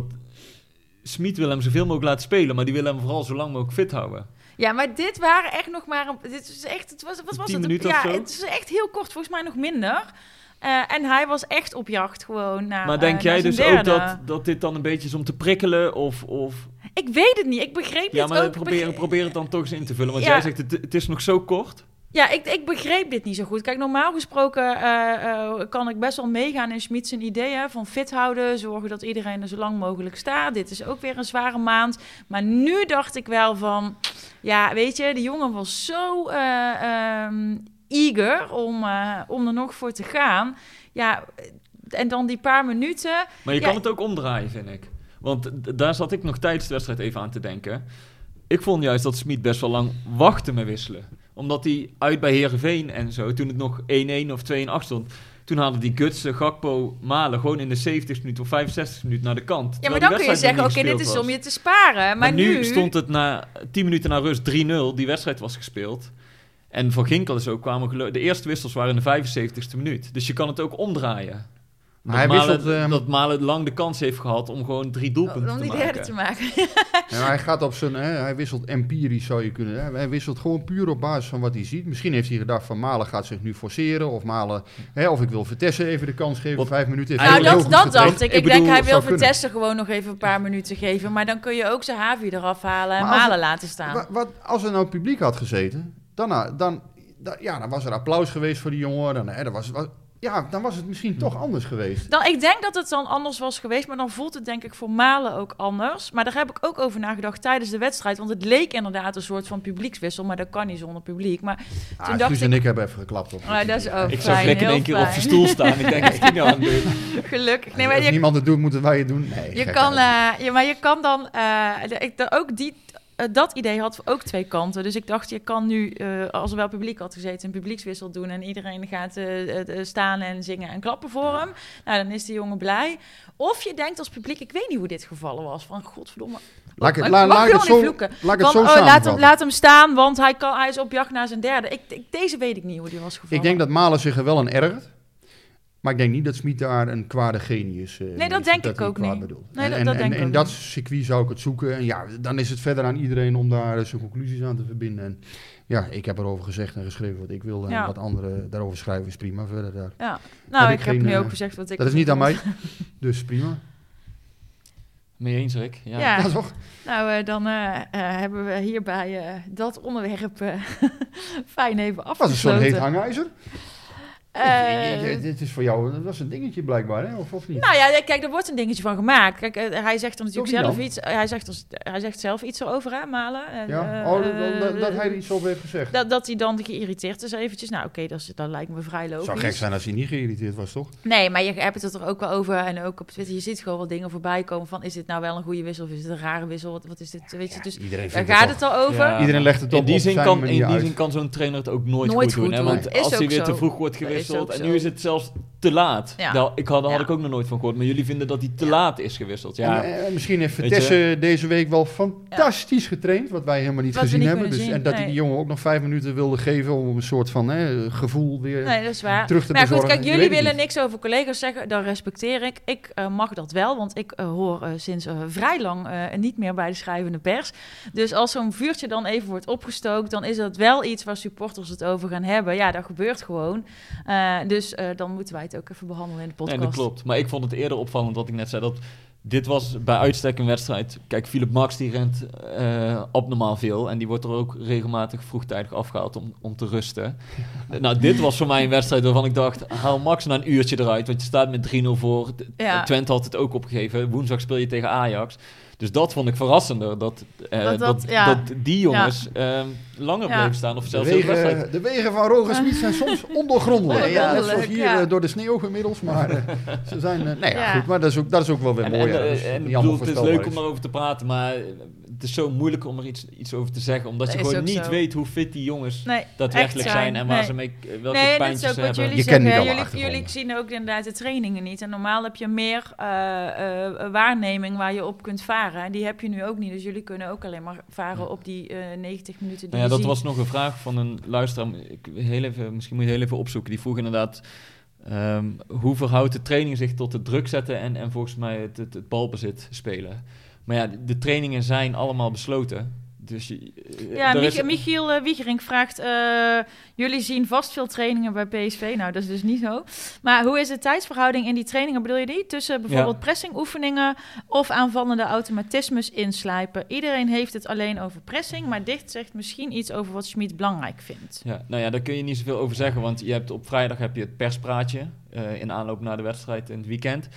Schmid wil hem zoveel mogelijk laten spelen, maar die wil hem vooral zo lang mogelijk fit houden. Ja, maar dit waren echt nog maar... Een, dit is echt, het was, wat was tien het? minuten ja, of zo? het is echt heel kort, volgens mij nog minder. Uh, en hij was echt op jacht gewoon naar Maar denk uh, jij naar zijn dus ook derde. dat, dat dit dan een beetje is om te prikkelen? Of, of... Ik weet het niet, ik begreep Ja, dit maar ook. probeer, begre- probeer het dan toch eens in te vullen. Want Ja. jij zegt, het, het is nog zo kort. Ja, ik, ik begreep dit niet zo goed. Kijk, normaal gesproken uh, uh, kan ik best wel meegaan in Schmid zijn ideeën van fit houden, zorgen dat iedereen er zo lang mogelijk staat. Dit is ook weer een zware maand. Maar nu dacht ik wel van, ja, weet je, die jongen was zo uh, um, eager om, uh, om er nog voor te gaan. Ja, en dan die paar minuten. Maar je Ja. kan het ook omdraaien, vind ik. Want d- daar zat ik nog tijdens de wedstrijd even aan te denken. Ik vond juist dat Schmid best wel lang wachtte met wisselen. Omdat hij uit bij Heerenveen en zo, toen het nog één-één of twee-een achter stond, toen hadden die Gutsen, Gakpo, Malen gewoon in de zeventigste minuut of vijfenzestigste minuut naar de kant. Ja, maar Terwijl dan die kun je wedstrijd zeggen, nog oké, niet dit is gespeeld om was. je te sparen. Maar, Maar nu, nu stond het na tien minuten na rust drie nul. Die wedstrijd was gespeeld. En voor Ginkel is ook kwamen gelo- de eerste wissels waren in de vijfenzeventigste minuut. Dus je kan het ook omdraaien. Dat Hij Malen, wisselt, ehm, dat Malen lang de kans heeft gehad om gewoon drie doelpunten om te die maken. derde te maken. Ja, maar hij gaat op zijn, hè, hij wisselt empirisch zou je kunnen. Hè, hij wisselt gewoon puur op basis van wat hij ziet. Misschien heeft hij gedacht van Malen gaat zich nu forceren of Malen, hè, of ik wil Vitesse even de kans geven. Wat- Vijf minuten. Heeft Nou, hij heel dat, goed dat getraind. dacht ik. Ik Ik bedoel, denk, hij het wil zou kunnen. Vitesse gewoon nog even een paar minuten geven. Maar dan kun je ook zijn Havi eraf halen en Maar als Malen het- laten staan. Wat, wat, als er nou publiek had gezeten, dan, dan, dan, ja, dan was er applaus geweest voor die jongen. Dan, hè, dan was, was, ja, dan was het misschien toch anders geweest. Dan, ik denk dat het dan anders was geweest, maar dan voelt het denk ik voor Malen ook anders. Maar daar heb ik ook over nagedacht tijdens de wedstrijd. Want het leek inderdaad een soort van publiekswissel, maar dat kan niet zonder publiek. Maar Ah, toen dacht Guus ik... en ik hebben even geklapt op. Oh, dat is ook Ik zag fijn, Rick in heel één keer op fijn. zijn stoel staan. Ik denk, wat is die nou aan het doen? Gelukkig. Nee, maar Als je, niemand het doet, moeten wij het doen. Nee, je gek kan, uit. uh, ja, maar je kan dan... Uh, de, ik, de, ook die... Uh, dat idee had ook twee kanten. Dus ik dacht, je kan nu, uh, als er wel publiek had gezeten, een publiekswissel doen en iedereen gaat uh, uh, staan en zingen en klappen voor hem. Nou, dan is die jongen blij. Of je denkt als publiek, ik weet niet hoe dit gevallen was, van godverdomme. Laat ik het, Ik la, mag laat ik het helemaal zo, niet vloeken. laat ik het Van, zo oh, laat, hem, samenvatten. laat hem staan, want hij, kan, hij is op jacht naar zijn derde. Ik, ik, deze weet ik niet hoe die was gevallen. Ik denk dat Malen zich er wel aan ergert. Maar ik denk niet dat Smit daar een kwade genius uh, Nee, dat is, denk dat ik hij ook kwaad niet. bedoelt. Nee, en dat, en, dat en, denk ik en ook dat niet. circuit zou ik het zoeken. En ja, dan is het verder aan iedereen om daar zijn conclusies aan te verbinden. En ja, ik heb erover gezegd en geschreven wat ik wilde. Ja. En wat anderen daarover schrijven is prima. Verder daar. Ja. Nou, Heb ik, ik heb geen, nu uh, ook gezegd wat ik... Dat is niet aan vond. mij, dus prima. Mee eens, Rick? Ja. Ja. Ja, toch? Nou, uh, dan uh, uh, hebben we hierbij uh, dat onderwerp uh, fijn even Was het zo'n afgesloten. heet hangijzer? Uh, Dit is voor jou, dat was een dingetje blijkbaar, hè? Of, of niet? Nou ja, kijk, er wordt een dingetje van gemaakt. Kijk, uh, hij zegt er natuurlijk Toch niet zelf dan? iets. Hij zegt, er, hij zegt zelf iets erover, hè, Malen. En, Ja? uh, Oh, dat, dat, dat uh, hij er iets over heeft gezegd. dat, dat hij dan geïrriteerd is eventjes. Nou, oké, okay, dat, dat lijkt me vrij logisch. Het zou gek zijn als hij niet geïrriteerd was, toch? Nee, maar je hebt het er ook wel over. En ook op Twitter, je ziet gewoon wat dingen voorbij komen van... is dit nou wel een goede wissel of is het een rare wissel? Wat, wat is dit? Weet je, Ja, dus iedereen daar vindt gaat het het al over. Ja. Iedereen legt het op In die op zin zijn kan, manier in die uit. zin kan zo'n trainer het ook nooit, Nooit goed doen. goed Hè? doen. Want Is als hij ook weer zo. te vroeg wordt Is gewisseld... ook en zo. nu is het zelfs te laat. Ja. Nou, ik had, daar had Ja. ik ook nog nooit van gehoord. Maar jullie vinden dat hij te Ja. laat is gewisseld. Ja, En, eh, misschien heeft Weet Vitesse deze week wel fantastisch getraind, wat wij helemaal niet Wat we gezien niet hebben. kunnen Dus, zien, en dat hij nee. die jongen ook nog vijf minuten wilde geven om een soort van hè, gevoel weer Nee, dat is waar. terug te Maar ja, goed, bezorgen. kijk, Je jullie weet het willen niet. niks over collega's zeggen. Dat respecteer ik. Ik uh, mag dat wel, want ik uh, hoor uh, sinds uh, vrij lang uh, niet meer bij de schrijvende pers. Dus als zo'n vuurtje dan even wordt opgestookt, dan is dat wel iets waar supporters het over gaan hebben. Ja, dat gebeurt gewoon. Uh, dus uh, dan moeten wij het ook even behandelen in de podcast. nee, dat klopt. Maar ik vond het eerder opvallend wat ik net zei. Dat dit was bij uitstek een wedstrijd. Kijk, Philip Max die rent uh, abnormaal veel. En die wordt er ook regelmatig vroegtijdig afgehaald om, om te rusten. Nou, dit was voor mij een wedstrijd waarvan ik dacht... haal Max na een uurtje eruit. Want je staat met drie nul voor. Ja. Twente had het ook opgegeven. Woensdag speel je tegen Ajax. Dus dat vond ik verrassender. Dat, uh, Dat- dat, dat, ja. dat die jongens uh, langer Ja. bleven staan. Of De zelfs de hele wedstrijd. wegen, de wegen van Roger Smit zijn soms ondoorgrondelijk. Ja, net zoals hier Ja. uh, door de sneeuw inmiddels. Maar uh, ze zijn... Uh, nee, ja, Ja. goed. Maar dat is ook, dat is ook wel weer En, mooi. en, ja, dat en, is en niet ik allemaal bedoel, het is voorstelbaar leuk om daarover te praten, maar het is zo moeilijk om er iets, iets over te zeggen. Omdat je Dat is gewoon ook niet zo. weet hoe fit die jongens Nee, daadwerkelijk echt zijn en waar Nee. ze mee, welke Nee, dat pijntjes is ook ze wat hebben. jullie Je zeggen. kent niet alle jullie, achtergronden. jullie zien ook inderdaad de trainingen niet. En normaal heb je meer uh, uh, waarneming waar je op kunt varen. En die heb je nu ook niet. Dus jullie kunnen ook alleen maar varen op die uh, negentig minuten die Nou ja, je dat ziet. was nog een vraag van een luisteraar. Ik, heel even, misschien moet je heel even opzoeken. Die vroeg inderdaad... Um, hoe verhoudt de training zich tot het druk zetten en, en volgens mij het, het, het balbezit spelen? Maar ja, de, de trainingen zijn allemaal besloten. Dus je, Ja, er Mich- is- Michiel uh, Wiegering vraagt... Uh, jullie zien vast veel trainingen bij P S V. Nou, dat is dus niet zo. Maar hoe is de tijdsverhouding in die trainingen? Bedoel je die? Tussen bijvoorbeeld Ja. pressingoefeningen... of aanvallende automatismes inslijpen. Iedereen heeft het alleen over pressing... maar dit zegt misschien iets over wat Schmid belangrijk vindt. Ja, nou ja, daar kun je niet zoveel over zeggen. Want je hebt op vrijdag heb je het perspraatje... Uh, in aanloop naar de wedstrijd in het weekend...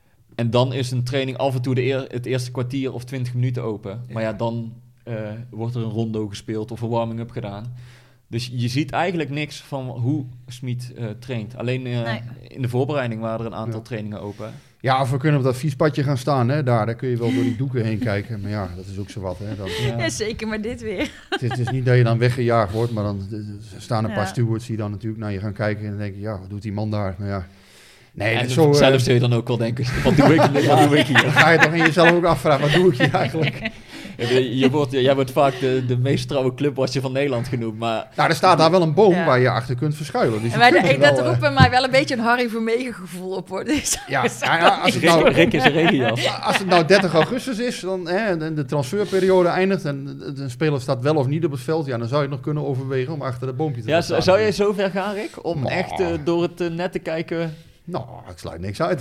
En dan is een training af en toe de eer, het eerste kwartier of twintig minuten open. Maar ja, dan uh, wordt er een rondo gespeeld of een warming-up gedaan. Dus je ziet eigenlijk niks van hoe Schmid uh, traint. Alleen uh, Nee. in de voorbereiding waren er een aantal Ja. trainingen open. Ja, of we kunnen op dat fietspadje gaan staan. Hè? Daar, daar kun je wel door die doeken heen kijken. Maar ja, dat is ook zo wat. Hè? Dan, Ja. Ja, zeker, maar dit weer. het, is, het is niet dat je dan weggejaagd wordt. Maar dan er staan een Ja. paar stewards die dan natuurlijk naar je gaan kijken. En dan denk je, ja, wat doet die man daar? Maar ja, nee, En dat is zo... zelf eh, zul je dan ook wel denken, wat doe ik, wat doe ik hier? dan ga je toch in jezelf ook afvragen, wat doe ik hier eigenlijk? Je, je wordt, jij wordt vaak de, de meest trouwe clubwatcher van Nederland genoemd, maar... Nou, er staat daar wel een boom Ja. waar je achter kunt verschuilen. Dus En je wij, kunt er dat wel, eh, roept bij mij wel een beetje een Harry Vermegen gevoel op, hoor. Dus, ja, ja, ja, als het Rick, nou... Rick is een regenjas. Als het nou dertig augustus is dan, hè, en de transferperiode eindigt en een speler staat wel of niet op het veld, ja, dan zou je het nog kunnen overwegen om achter dat boompje te Ja, gaan z- staan. zou jij zo ver gaan, Rick? Om Nou. echt uh, door het uh, net te kijken... Nou, ik sluit niks uit.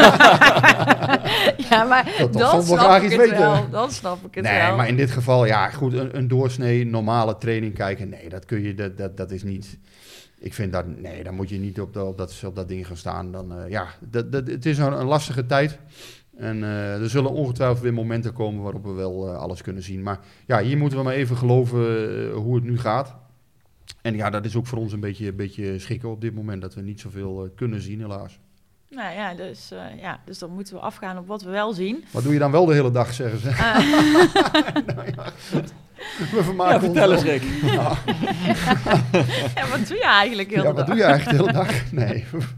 ja, maar wil toch dan soms wel snap graag ik iets het weten. wel. Dan snap ik het Nee, wel. maar in dit geval, ja, goed, een, een doorsnee normale training kijken, nee, dat kun je, dat, dat, dat is niet... Ik vind dat, nee, dan moet je niet op, de, op, dat, op dat ding gaan staan. Dan, uh, ja, dat, dat, het is een, een lastige tijd. En uh, er zullen ongetwijfeld weer momenten komen waarop we wel uh, alles kunnen zien. Maar ja, hier moeten we maar even geloven uh, hoe het nu gaat. En ja, dat is ook voor ons een beetje, een beetje schikken op dit moment, dat we niet zoveel uh, kunnen zien, helaas. Nou ja dus, uh, ja, dus dan moeten we afgaan op wat we wel zien. Wat doe je dan wel de hele dag, zeggen ze? Uh, nou ja, goed. We vermaken Ja, vertel ons eens, wel. Rick. Ja. ja, wat doe je eigenlijk heel Ja, de wat dag? doe je eigenlijk de hele dag? Nee.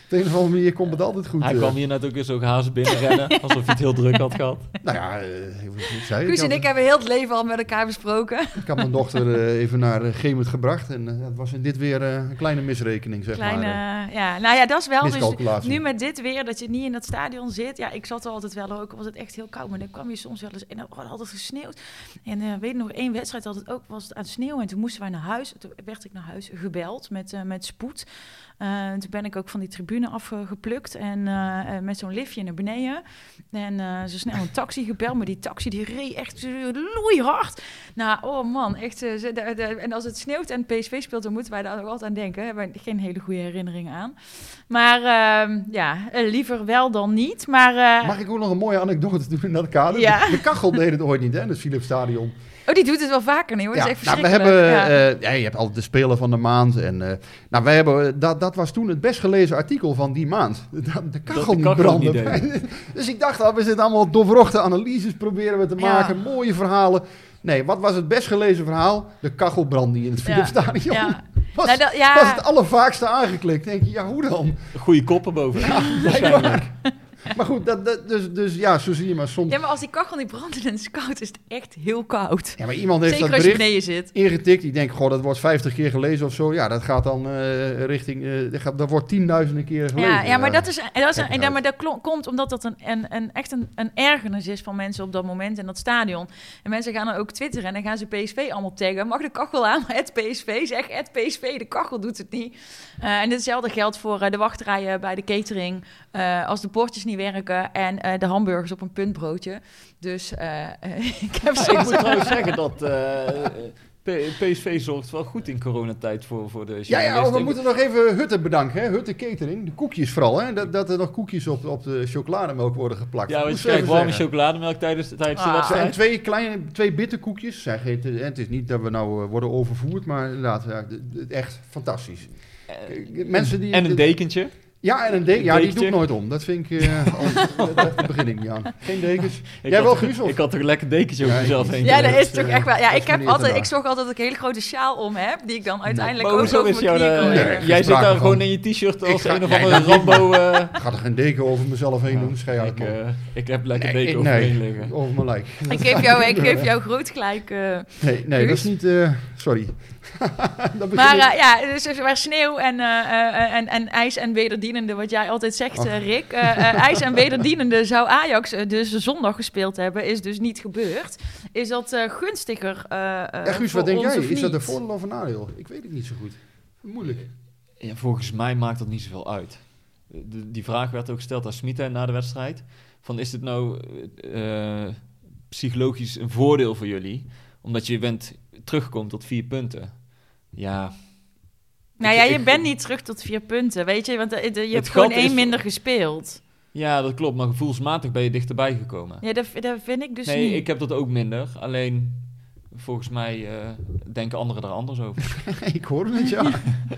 de een of andere manier komt het altijd goed. Hij uh. kwam hier net ook weer zo gehazen binnenrennen, alsof hij het heel druk had gehad. Nou ja, uh, ik zei Guus en had, ik hebben heel het leven al met elkaar besproken. Ik had mijn dochter uh, even naar uh, Gemert gebracht. En uh, dat was in dit weer uh, een kleine misrekening, zeg Kleine, maar. Uh, ja, nou ja, dat is wel dus miscalculatie. nu met dit weer, dat je niet in dat stadion zit. Ja, ik zat er altijd wel, ook was het echt heel koud. Maar dan kwam je soms wel eens, en dan had altijd gesneeuwd. En uh, weet je nog, één wedstrijd had het ook, was het aan het sneeuwen. En toen moesten wij naar huis. Toen werd ik naar huis gebeld met, uh, met spoed. Uh, toen ben ik ook van die tribune afgeplukt en uh, met zo'n liftje naar beneden. En uh, zo snel een taxi gebeld, maar die taxi die reed echt loeihard. Nou, oh man, echt. Uh, de, de, en als het sneeuwt en P S V speelt, dan moeten wij daar ook altijd aan denken. Daar hebben we geen hele goede herinneringen aan. Maar uh, ja, uh, liever wel dan niet. Maar, uh, Mag ik ook nog een mooie anekdote doen in dat kader? Ja. De, de Kachel deed het ooit niet, hè, in het Philipsstadion. Oh, die doet het wel vaker, nee hoor. Ja, Dat is echt nou, we verschrikkelijk. hebben, ja. uh, ja, je hebt altijd de speler van de maand. En, uh, nou, wij hebben, dat, dat was toen het best gelezen artikel van die maand. De, de kachel niet branden. Dus ik dacht al, we zitten allemaal doorwrochte analyses proberen we te maken. Ja. Mooie verhalen. Nee, wat was het best gelezen verhaal? De kachel brandde in het Philipsstadion. Ja. Ja. Was, nou, dat, ja. was het allervaakste aangeklikt. Denk je, ja, hoe dan? Goeie koppen boven. Ja, waarschijnlijk. Maar goed, dat, dat, dus, dus ja, zo zie je maar soms... Ja, maar als die kachel niet brandt en het is koud, is het echt heel koud. Ja, maar iemand heeft Zeker dat als je bericht beneden zit. ingetikt. Die denkt, goh, dat wordt vijftig keer gelezen of zo. Ja, dat gaat dan uh, richting... Uh, dat, gaat, dat wordt tienduizenden keer gelezen. Ja, ja maar dat is... Dat is en dan, maar dat klon, komt omdat dat een, een, een, echt een, een ergernis is van mensen op dat moment in dat stadion. En mensen gaan dan ook twitteren en dan gaan ze P S V allemaal taggen. Mag de kachel aan, maar het P S V. Zeg, het P S V, de kachel doet het niet. Uh, en hetzelfde geldt voor uh, de wachtrijen bij de catering. Uh, als de bordjes niet werken en uh, de hamburgers op een puntbroodje. Dus uh, uh, ik heb ja, ik moet trouwens zeggen dat uh, P S V zorgt wel goed in coronatijd voor, voor de journalisten. Ja, ja, we moeten nog even Hutte bedanken. Hè? Hutte Catering, de koekjes vooral. Hè? Dat, dat er nog koekjes op, op de chocolademelk worden geplakt. Ja, want je krijgt warme chocolademelk tijdens, tijdens ah. de wedstrijd. En twee kleine, twee bitterkoekjes. Zeg, het, het is niet dat we nou uh, worden overvoerd, maar inderdaad, ja, echt fantastisch. Uh, Mensen die, en een dekentje. Ja, en een deken. Ja, die doe ik nooit om. Dat vind ik... Uh, al, dat begin ik niet aan. Geen dekens. Ik Jij wel, toch, Guus? Of? Ik had toch een lekker dekentje over ja, mezelf heen. Ja, dat is toch echt wel... Ja, ik, heb altijd, ik zorg altijd dat ik een hele grote sjaal om heb, die ik dan uiteindelijk nee, ook over mijn knieën kan leggen. Jij zit daar gewoon in je t-shirt als ga, een of andere nee, Rambo... Uh... Ik ga er geen deken over mezelf heen doen. Schei uit, ik, uh, ik heb lekker nee, deken over nee, heen liggen. over mijn lijk. Ik geef jou, ik geef jou groot gelijk. Uh, nee, nee dat is niet... Uh, sorry. maar uh, ja, dus waar sneeuw en, uh, uh, en, en ijs en wederdienende, wat jij altijd zegt, uh, Rick. Uh, uh, ijs en wederdienende zou Ajax uh, dus zondag gespeeld hebben, is dus niet gebeurd. Is dat uh, gunstiger uh, Ja, Guus, wat denk jij? Is niet? dat een voordeel of een nadeel? Ik weet het niet zo goed. Moeilijk. Ja, volgens mij maakt dat niet zoveel uit. De, die vraag werd ook gesteld aan Smita na de wedstrijd. Van, is dit nou uh, psychologisch een voordeel voor jullie? Omdat je bent terugkomt tot vier punten. Ja. Nou ja, je ik, bent niet terug tot vier punten, weet je? Want de, de, je hebt gewoon één minder gespeeld. Ja, dat klopt. Maar gevoelsmatig ben je dichterbij gekomen. Ja, dat, dat vind ik dus nee, niet. Nee, ik heb dat ook minder. Alleen, volgens mij uh, denken anderen er anders over. Ik hoor het, ja.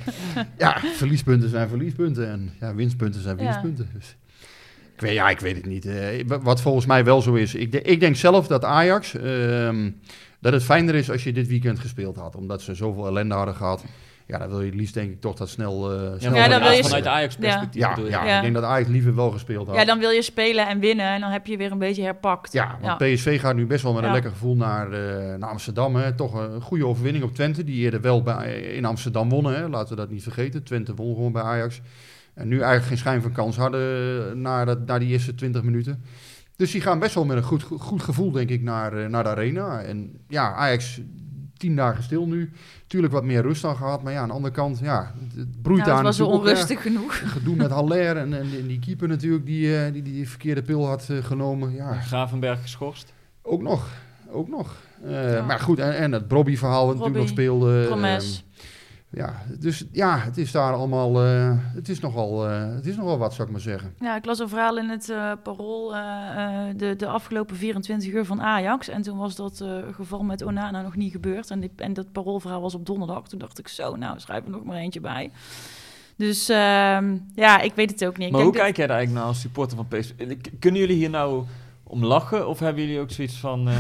Ja, verliespunten zijn verliespunten. En ja, winstpunten zijn winstpunten. Ja. Dus. Ik weet, ja, ik weet het niet. Uh, wat volgens mij wel zo is. Ik, de, ik denk zelf dat Ajax... Uh, dat het fijner is als je dit weekend gespeeld had. Omdat ze zoveel ellende hadden gehad. Ja, dan wil je het liefst denk ik toch dat snel... Uh, snel ja, dan wil je vanuit Ajax perspectief. Ja, ja, ja, ik denk dat Ajax liever wel gespeeld had. Ja, dan wil je spelen en winnen. En dan heb je weer een beetje herpakt. Ja, want ja. P S V gaat nu best wel met een ja. lekker gevoel naar, uh, naar Amsterdam. Hè. Toch een goede overwinning op Twente. Die eerder wel bij, in Amsterdam wonnen. Hè. Laten we dat niet vergeten. Twente won gewoon bij Ajax. En nu eigenlijk geen schijn van kans hadden na, dat, na die eerste twintig minuten. Dus die gaan best wel met een goed, goed gevoel, denk ik, naar, naar de arena. En ja, Ajax tien dagen stil nu. Tuurlijk wat meer rust dan gehad. Maar ja, aan de andere kant, ja, het broeit nou, aan. Het was wel onrustig ook, genoeg. Gedoe met Haller en, en, en die keeper natuurlijk, die, uh, die die verkeerde pil had uh, genomen. Ja. Gravenberg geschorst. Ook nog, ook nog. Uh, ja. Maar goed, en, en het Brobby-verhaal wat natuurlijk nog speelde. Promes. Uh, Ja, dus ja, het is daar allemaal, uh, het is nogal, uh, het is nogal wat, zou ik maar zeggen. Ja, ik las een verhaal in het uh, Parool, uh, uh, de, de afgelopen vierentwintig uur van Ajax. En toen was dat uh, geval met Onana nog niet gebeurd. En, die, en dat Paroolverhaal was op donderdag. Toen dacht ik zo, nou schrijf er nog maar eentje bij. Dus uh, ja, ik weet het ook niet. Maar ik hoe denk kijk jij daar eigenlijk naar als supporter van P S V? Kunnen jullie hier nou om lachen? Of hebben jullie ook zoiets van... Uh,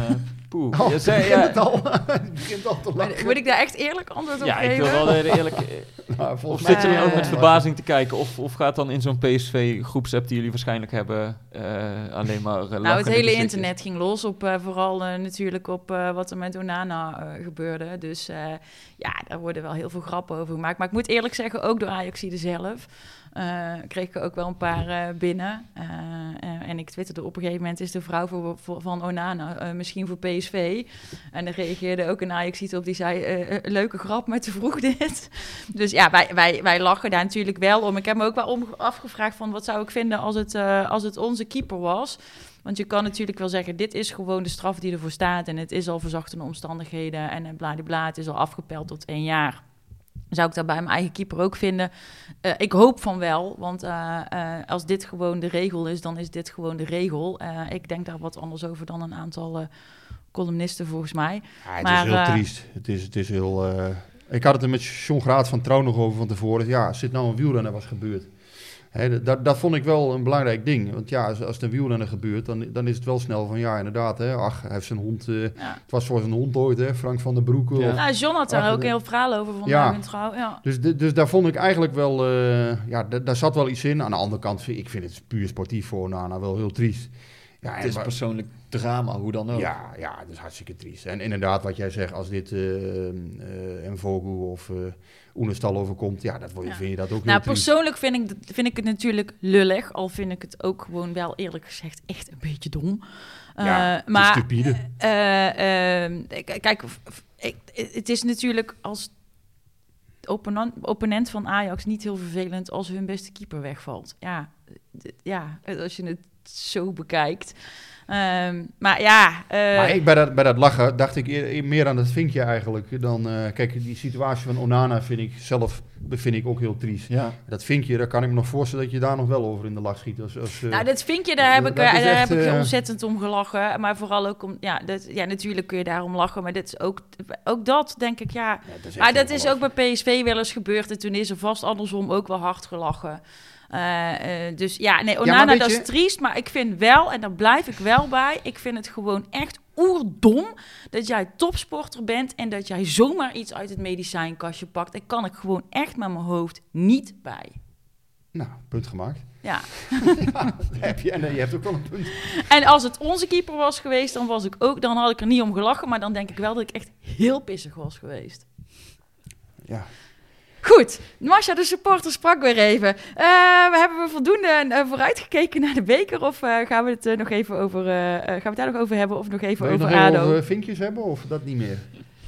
Poeh. Oh, Je zei, begint ja, het al. Het begint al te lachen. Moet ik daar echt eerlijk antwoord op ja, geven? ik wil wel heel eerlijk... Nou, Of volgens zit je mij- dan ook met Eh, verbazing te kijken? Of, of gaat dan in zo'n P S V-groepsapp die jullie waarschijnlijk hebben... Uh, alleen maar uh, Nou, het hele internet ging los op uh, vooral uh, natuurlijk op uh, wat er met Onana uh, gebeurde. Dus uh, ja, daar worden wel heel veel grappen over gemaakt. Maar ik moet eerlijk zeggen, ook door Ajaxide zelf... Uh, kreeg ik ook wel een paar uh, binnen. Uh, uh, en ik twitterde op een gegeven moment... is de vrouw voor, voor, van Onana uh, misschien voor P S V? En er reageerde ook een Ajaxiet op die zei... Uh, uh, leuke grap, maar te vroeg dit. Dus ja, wij, wij, wij lachen daar natuurlijk wel om. Ik heb me ook wel om afgevraagd van... wat zou ik vinden als het, uh, als het onze keeper was... Want je kan natuurlijk wel zeggen, dit is gewoon de straf die ervoor staat... en het is al verzachtende omstandigheden en bladibla, het is al afgepeld tot één jaar. Zou ik dat bij mijn eigen keeper ook vinden? Uh, ik hoop van wel, want uh, uh, als dit gewoon de regel is, dan is dit gewoon de regel. Uh, ik denk daar wat anders over dan een aantal uh, columnisten volgens mij. Ja, het maar, is heel uh, triest. Het is, het is heel... Uh... Ik had het er met John Graat van Trouw nog over van tevoren. Ja, als dit nou een wielrenner was gebeurd... He, dat, dat vond ik wel een belangrijk ding. Want ja, als, als het een wielrenner gebeurt, dan, dan is het wel snel van... ja, inderdaad, hè, ach, hij heeft zijn hond... Uh, ja. Het was voor zijn hond ooit, hè, Frank van den Broek. Ja. Of, Nou, John had daar ach, ook een heel verhaal over vandaag ja. in Trouw. Ja. Dus, de, dus daar vond ik eigenlijk wel... Uh, ja, d- daar zat wel iets in. Aan de andere kant, ik vind het puur sportief voor Onana wel heel triest. Ja, Het is en, persoonlijk drama, hoe dan ook. ja, ja, dat is hartstikke triest. En inderdaad, wat jij zegt, als dit uh, uh, Mvogu of uh, Oenestal overkomt... ja, dat, Ja. vind je dat ook heel Nou, triest. persoonlijk vind ik, vind ik het natuurlijk lullig. Al vind ik het ook gewoon wel eerlijk gezegd echt een beetje dom. Ja, uh, het is maar, stupide. Uh, uh, k- kijk, f- f- ik, het is natuurlijk als opponent, opponent van Ajax niet heel vervelend als hun beste keeper wegvalt. Ja, d- ja als je het zo bekijkt. Um, maar ja... Uh, Maar ik, bij, dat, bij dat lachen dacht ik eer, meer aan dat vinkje eigenlijk. Dan, uh, kijk, die situatie van Onana vind ik zelf vind ik ook heel triest. Ja. Dat vinkje, daar kan ik me nog voorstellen dat je daar nog wel over in de lach schiet. Als, als, uh, nou, dat vinkje, daar heb ik, dat is daar echt, heb ik uh, ontzettend om gelachen. Maar vooral ook om... Ja, dat, ja, natuurlijk kun je daarom lachen. Maar dit is ook, ook dat, denk ik, ja... ja, dat is Maar dat is ook bij P S V wel eens gebeurd. En toen is er vast andersom ook wel hard gelachen. Uh, uh, dus ja, nee, Onana, ja, maar dat je... is triest. Maar ik vind wel, en daar blijf ik wel bij... ik vind het gewoon echt oerdom dat jij topsporter bent... en dat jij zomaar iets uit het medicijnkastje pakt. Daar kan ik gewoon echt met mijn hoofd niet bij. Nou, punt gemaakt. Ja. ja, heb je, en je hebt ook wel een punt. En als het onze keeper was geweest, dan, was ik ook, dan had ik er niet om gelachen. Maar dan denk ik wel dat ik echt heel pissig was geweest. Ja. Goed, Masha, de supporter, sprak weer even. Uh, we hebben we voldoende uh, vooruitgekeken naar de beker? Of uh, gaan we het uh, nog even over, uh, uh, gaan we het daar nog over hebben? Of nog even Wil je over nog even ADO? over vinkjes hebben of dat niet meer?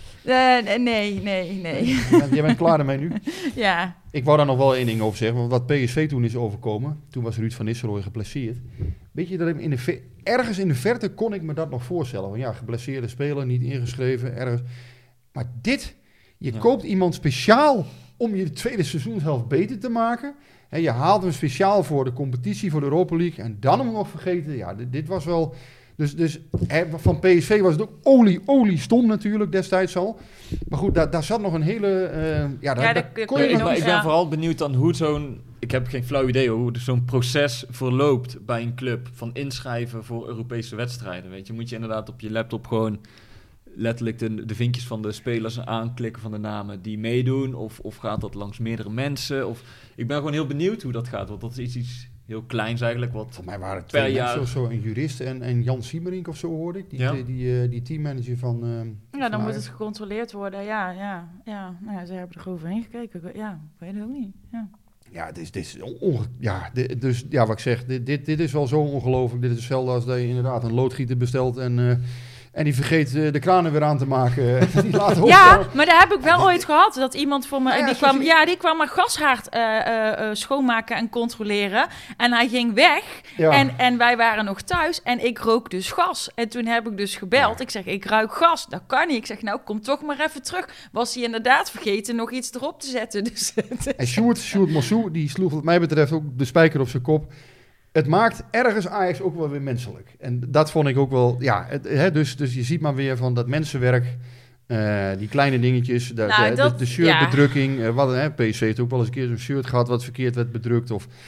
Uh, nee, nee, nee. Je bent, jij bent klaar ermee nu? Ja. Ik wou daar nog wel één ding over zeggen. Want wat P S V toen is overkomen, toen was Ruud van Nistelrooy geblesseerd. Weet je, dat ik in de ver, ergens in de verte kon ik me dat nog voorstellen. Want ja, geblesseerde speler, niet ingeschreven, ergens. Maar dit, je ja. koopt iemand speciaal om je de tweede seizoenshelft beter te maken. En je haalt hem speciaal voor de competitie, voor de Europa League. En dan hem nog vergeten. Ja, dit, dit was wel... Dus, dus hè, van P S V was het ook olie, olie stom natuurlijk destijds al. Maar goed, daar, daar zat nog een hele... Uh, ja, daar, ja, daar de, kon de, je ik, nog... maar ik ben ja. vooral benieuwd dan hoe zo'n... Ik heb geen flauw idee hoe zo'n proces verloopt bij een club van inschrijven voor Europese wedstrijden. Weet je, moet je inderdaad op je laptop gewoon letterlijk de, de vinkjes van de spelers aanklikken van de namen die meedoen? Of, of gaat dat langs meerdere mensen? Of, ik ben gewoon heel benieuwd hoe dat gaat, want dat is iets, iets heel kleins eigenlijk. Wat Voor mij waren het twee per mensen jaar... of zo, een jurist en, en Jan Siemerink of zo hoorde ik. Die, Ja. die, die, uh, die teammanager van... Uh, Ja, dan van moet Ajax. het gecontroleerd worden. Ja, ja, ja. Nou ja, ze hebben er overheen gekeken. Ja, ik weet het ook niet. Ja. Ja, dit is, dit is onge... ja, dit, dus ja, wat ik zeg, dit, dit, dit is wel zo ongelooflijk. Dit is hetzelfde als dat je inderdaad een loodgieter bestelt en... Uh, En die vergeet uh, de kranen weer aan te maken. die laat ja, maar daar heb ik wel ooit gehad. Dat iemand voor me... Ja, ja, die, zo kwam, zie- ja, die kwam mijn gashaard uh, uh, uh, schoonmaken en controleren. En hij ging weg. Ja. En, en wij waren nog thuis. En ik rook dus gas. En toen heb ik dus gebeld. Ja. Ik zeg, ik ruik gas. Dat kan niet. Ik zeg, nou, kom toch maar even terug. Was hij inderdaad vergeten nog iets erop te zetten. Dus, En Sjoerd, Sjoerd Mossou, die sloeg wat mij betreft ook de spijker op zijn kop. Het maakt ergens Ajax ook wel weer menselijk. En dat vond ik ook wel... Ja, het, hè, dus, dus je ziet maar weer van dat mensenwerk... Uh, die kleine dingetjes, de, Nou, de, dat- de, de shirtbedrukking. ja. Uh, wat, hè, P S V heeft ook wel eens een keer zo'n shirt gehad... wat verkeerd werd bedrukt. Of,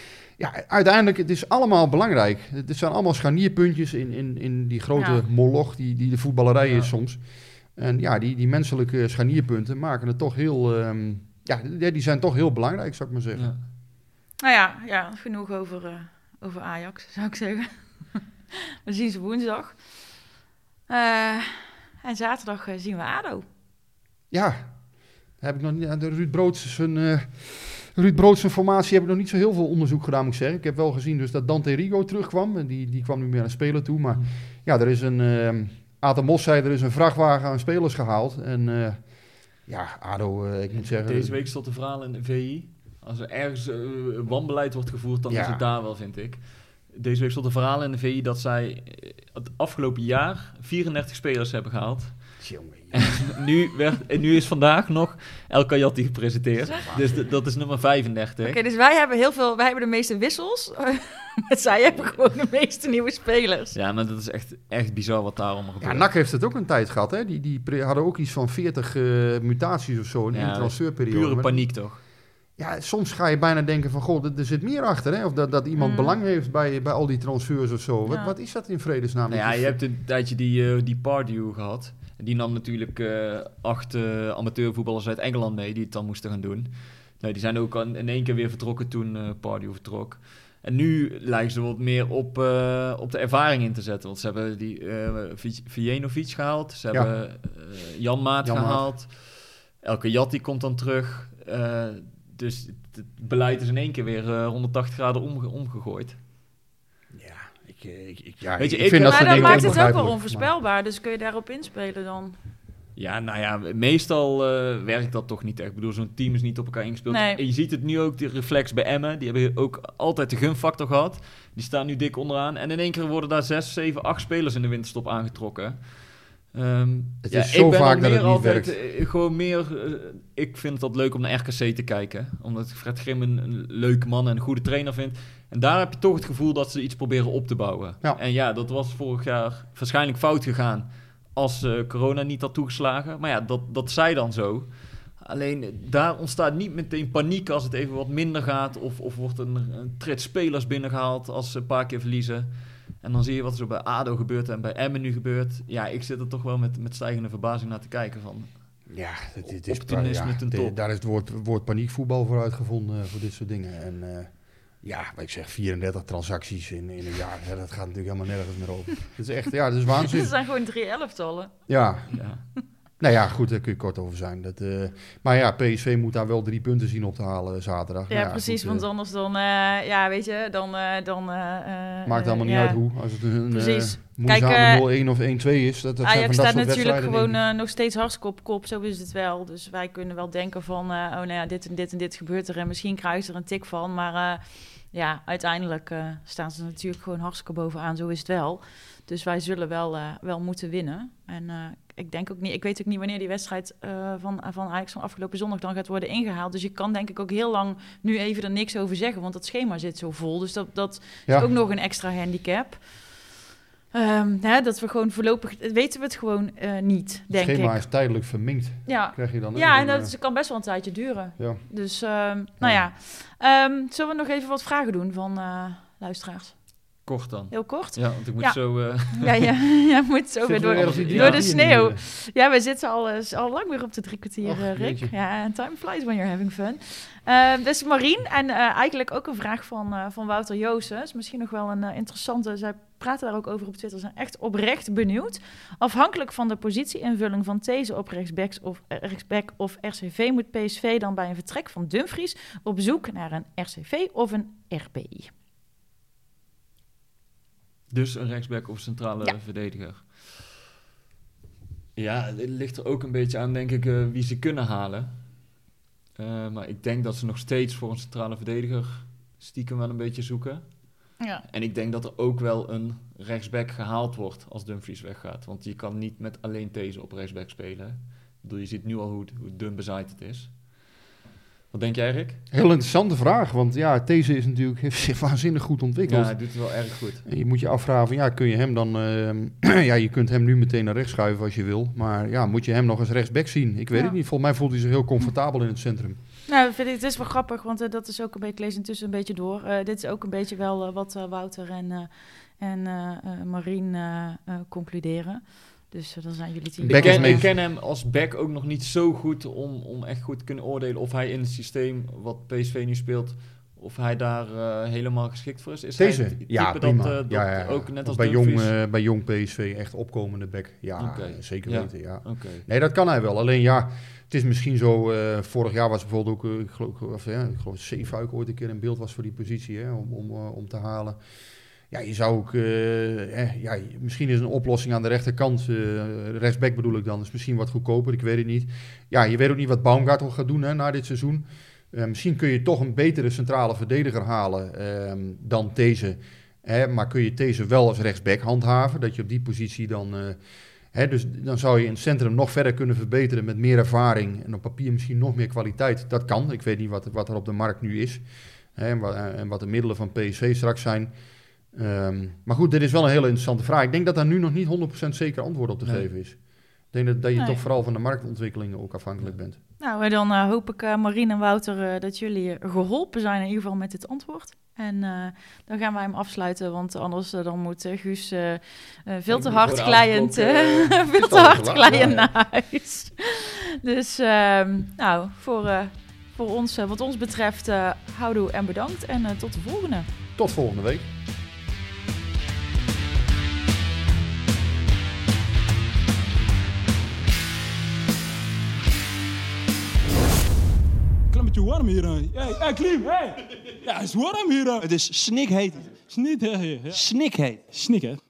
ja, uiteindelijk, het is allemaal belangrijk. Het zijn allemaal scharnierpuntjes in, in, in die grote Ja. moloch die, die de voetballerij Ja. is soms. En ja, die, die menselijke scharnierpunten maken het toch heel... Um, ja, die, die zijn toch heel belangrijk, zou ik maar zeggen. Ja. Nou ja, ja genoeg over, uh, over Ajax, zou ik zeggen. We zien ze woensdag. Uh, en zaterdag uh, zien we ADO. Ja, heb ik nog niet... De Ruud Broods zijn... Uh, Ruud Broods zijn formatie heb ik nog niet zo heel veel onderzoek gedaan, moet ik zeggen. Ik heb wel gezien dus dat Dante Rigo terugkwam. En die, die kwam nu meer aan spelen toe. Maar ja, er is een... Uh, Aten Mos zei, er is een vrachtwagen aan spelers gehaald. En uh, ja, ADO, uh, ik moet zeggen... Deze week stond de verhaal in de V I. Als er ergens uh, wanbeleid wordt gevoerd, dan ja. is het daar wel, vind ik. Deze week stond de verhaal in de V I dat zij het afgelopen jaar vierendertig spelers hebben gehaald. Jongen, En nu, werd, en nu is vandaag nog El Kayati gepresenteerd. Dus d- dat is nummer vijfendertig. Oké, okay, dus wij hebben heel veel, wij hebben de meeste wissels. Maar zij hebben gewoon de meeste nieuwe spelers. Ja, maar dat is echt, echt bizar wat daarom gebeurt. Ja, N A C heeft het ook een tijd gehad, hè? Die, die pre- hadden ook iets van veertig uh, mutaties of zo in Ja, de transferperiode. Pure paniek toch? Ja, soms ga je bijna denken van, goh, er, er zit meer achter, hè? Of dat, dat iemand mm. belang heeft bij, bij al die transfers of zo. Wat, Ja. wat is dat in vredesnaam? Nou ja, je hebt een tijdje die, uh, die Pardew gehad. Die nam natuurlijk uh, acht uh, amateurvoetballers uit Engeland mee die het dan moesten gaan doen. Nou, die zijn ook aan, in één keer weer vertrokken toen uh, Pardew vertrok. En nu lijken ze wat meer op, uh, op de ervaring in te zetten. Want ze hebben die uh, Vjenovic gehaald. Ze Ja. hebben uh, Jan Maat Jan gehaald. El Kayati komt dan terug. Uh, dus het, het beleid is in één keer weer uh, honderdtachtig graden omge- omgegooid. Ja, ik, ik, ik, ja, Weet je, ik ik- vind dat Maar soort dat dingen maakt het ook wel onbegrijpelijk, onvoorspelbaar. Dus kun je daarop inspelen dan? Ja, nou ja, meestal uh, werkt dat toch niet echt. Ik bedoel, zo'n team is niet op elkaar ingespeeld. Nee. En je ziet het nu ook, de reflex bij Emmen. Die hebben ook altijd de gunfactor gehad. Die staan nu dik onderaan. En in één keer worden daar zes, zeven, acht spelers in de winterstop aangetrokken. Um, Het ja, is zo ik ben vaak al dat meer het niet altijd, werkt. uh, gewoon meer, uh, ik vind het altijd leuk om naar R K C te kijken. Omdat ik Fred Grim een, een leuke man en een goede trainer vind. En daar heb je toch het gevoel dat ze iets proberen op te bouwen. Ja. En ja, dat was vorig jaar waarschijnlijk fout gegaan als uh, corona niet had toegeslagen. Maar ja, dat, dat zij dan zo. Alleen daar ontstaat niet meteen paniek als het even wat minder gaat. Of, of wordt een, een trit spelers binnengehaald als ze een paar keer verliezen. En dan zie je wat er zo bij ADO gebeurt en bij Emmen nu gebeurt. Ja, ik zit er toch wel met, met stijgende verbazing naar te kijken van. Ja, het, het is Optimisme ja, ten de- top. daar is het woord, woord paniekvoetbal voor uitgevonden uh, voor dit soort dingen. En uh, ja, wat ik zeg, vierendertig transacties in, in een jaar. Ja, dat gaat natuurlijk helemaal nergens meer over. Het is echt, ja, dat is waanzin. Het zijn gewoon drie elftallen. Ja, Ja. nou ja, goed, daar kun je kort over zijn. Dat, uh, maar ja, P S V moet daar wel drie punten zien op te halen zaterdag. Ja, Nou precies, goed, want uh, anders dan, uh, ja, weet je, dan... Uh, dan uh, maakt helemaal niet ja. uit hoe. Als het een Precies. uh, moeizame Kijk, uh, nul-een of één-twee is. Dat, dat zijn Ajax van dat staat soort natuurlijk wedstrijden, gewoon denk ik. uh, nog steeds hartstikke op kop, zo is het wel. Dus wij kunnen wel denken van, uh, oh nou ja, dit en dit en dit gebeurt er en misschien kruist er een tik van. Maar uh, ja, uiteindelijk uh, staan ze natuurlijk gewoon hartstikke bovenaan, zo is het wel. Dus wij zullen wel, uh, wel moeten winnen. En uh, ik denk ook niet, ik weet ook niet wanneer die wedstrijd uh, van, van Ajax van afgelopen zondag dan gaat worden ingehaald. Dus je kan denk ik ook heel lang nu even er niks over zeggen, want dat schema zit zo vol. Dus dat, dat Ja. is ook nog een extra handicap. Um, hè, dat we gewoon voorlopig, weten we het gewoon uh, niet, Het denk schema ik. is tijdelijk verminkt, Ja, krijg je dan. hè? ja en Dan, dat is- kan best wel een tijdje duren. uh, ja. Dus, um, nou ja. Um, zullen we nog even wat vragen doen van uh, luisteraars? Kort dan. Heel kort? Ja, want ik moet Ja. zo... Uh, Ja, ja, ja moet zo weer Zitten we door, ergens in die door de kwartier sneeuw. nu, uh, Ja, we zitten al, uh, al lang weer op de drie kwartier, Och, uh, Rick. jeetje. Ja, and time flies when you're having fun. Uh, dus Marien, en uh, eigenlijk ook een vraag van, uh, van Wouter Joosses. Misschien nog wel een uh, interessante, zij praten daar ook over op Twitter. Ze zijn echt oprecht benieuwd. Afhankelijk van de positieinvulling van These op rechtsbacks of, uh, rechtsback of R C V... moet P S V dan bij een vertrek van Dumfries op zoek naar een R C V of een R B I. dus een rechtsback of centrale Ja. verdediger. Ja, het ligt er ook een beetje aan, denk ik, uh, wie ze kunnen halen. Uh, maar ik denk dat ze nog steeds voor een centrale verdediger stiekem wel een beetje zoeken. Ja. En ik denk dat er ook wel een rechtsback gehaald wordt als Dumfries weggaat. Want je kan niet met alleen These op rechtsback spelen. Ik bedoel, je ziet nu al hoe, hoe dun bezaaid het is. Wat denk jij, Rick? Heel interessante vraag, want ja, These is natuurlijk, heeft zich waanzinnig goed ontwikkeld. Ja, hij doet het wel erg goed. En je moet je afvragen van, ja, kun je hem dan... Uh, ja, je kunt hem nu meteen naar rechts schuiven als je wil. Maar ja, moet je hem nog eens rechtsback zien? Ik weet Ja. het niet. Volgens mij voelt hij zich heel comfortabel in het centrum. Nou, vind ik, het is wel grappig, want uh, dat is ook een beetje, ik lees intussen een beetje door. Uh, dit is ook een beetje wel uh, wat uh, Wouter en, uh, en uh, uh, Marien uh, uh, concluderen. Dus uh, dan zijn jullie tien. Ik ken, ik ken hem als back ook nog niet zo goed om, om echt goed te kunnen oordelen of hij in het systeem wat P S V nu speelt, of hij daar uh, helemaal geschikt voor is. Is Deze? hij het type Ja, dat, prima. uh, dat ja, ja. ook net als bij jong, Dumfries? uh, bij jong P S V echt opkomende back. Ja, Okay. zeker ja. weten. Ja. Okay. Nee, dat kan hij wel. Alleen ja, het is misschien zo. Uh, vorig jaar was bijvoorbeeld ook, uh, ik geloof, of, ja, ik geloof Zeefuik ooit een keer in beeld was voor die positie, hè, om, om, uh, om te halen. Ja, je zou ook, uh, eh, ja, misschien is een oplossing aan de rechterkant, uh, rechtsback bedoel ik dan, is misschien wat goedkoper, ik weet het niet. Ja, je weet ook niet wat Baumgartel gaat doen hè, na dit seizoen. Uh, misschien kun je toch een betere centrale verdediger halen uh, dan deze. Hè, maar kun je deze wel als rechtsback handhaven, dat je op die positie dan... Uh, hè, dus dan zou je in het centrum nog verder kunnen verbeteren met meer ervaring en op papier misschien nog meer kwaliteit. Dat kan, ik weet niet wat, wat er op de markt nu is hè, en, wat, en wat de middelen van P S V straks zijn. Um, maar goed, dit is wel een hele interessante vraag. Ik denk dat daar nu nog niet honderd procent zeker antwoord op te nee. geven is. Ik denk dat, dat je nee. toch vooral van de marktontwikkelingen ook afhankelijk bent. Nou, dan uh, hoop ik, uh, Marien en Wouter, uh, dat jullie geholpen zijn in ieder geval met dit antwoord. En uh, dan gaan wij hem afsluiten, want anders uh, dan moet uh, Guus uh, uh, veel te hard glijend, uh, veel te hard glijend naar huis. Dus uh, nou, voor, uh, voor ons, uh, wat ons betreft, uh, houdoe en bedankt. En uh, tot de volgende. Tot volgende week. Het is warm hier. Hey, hey, Klim, hey. Ja, het is warm hier. Het is snikheet. Snikheet. Snikheet. Snikheet.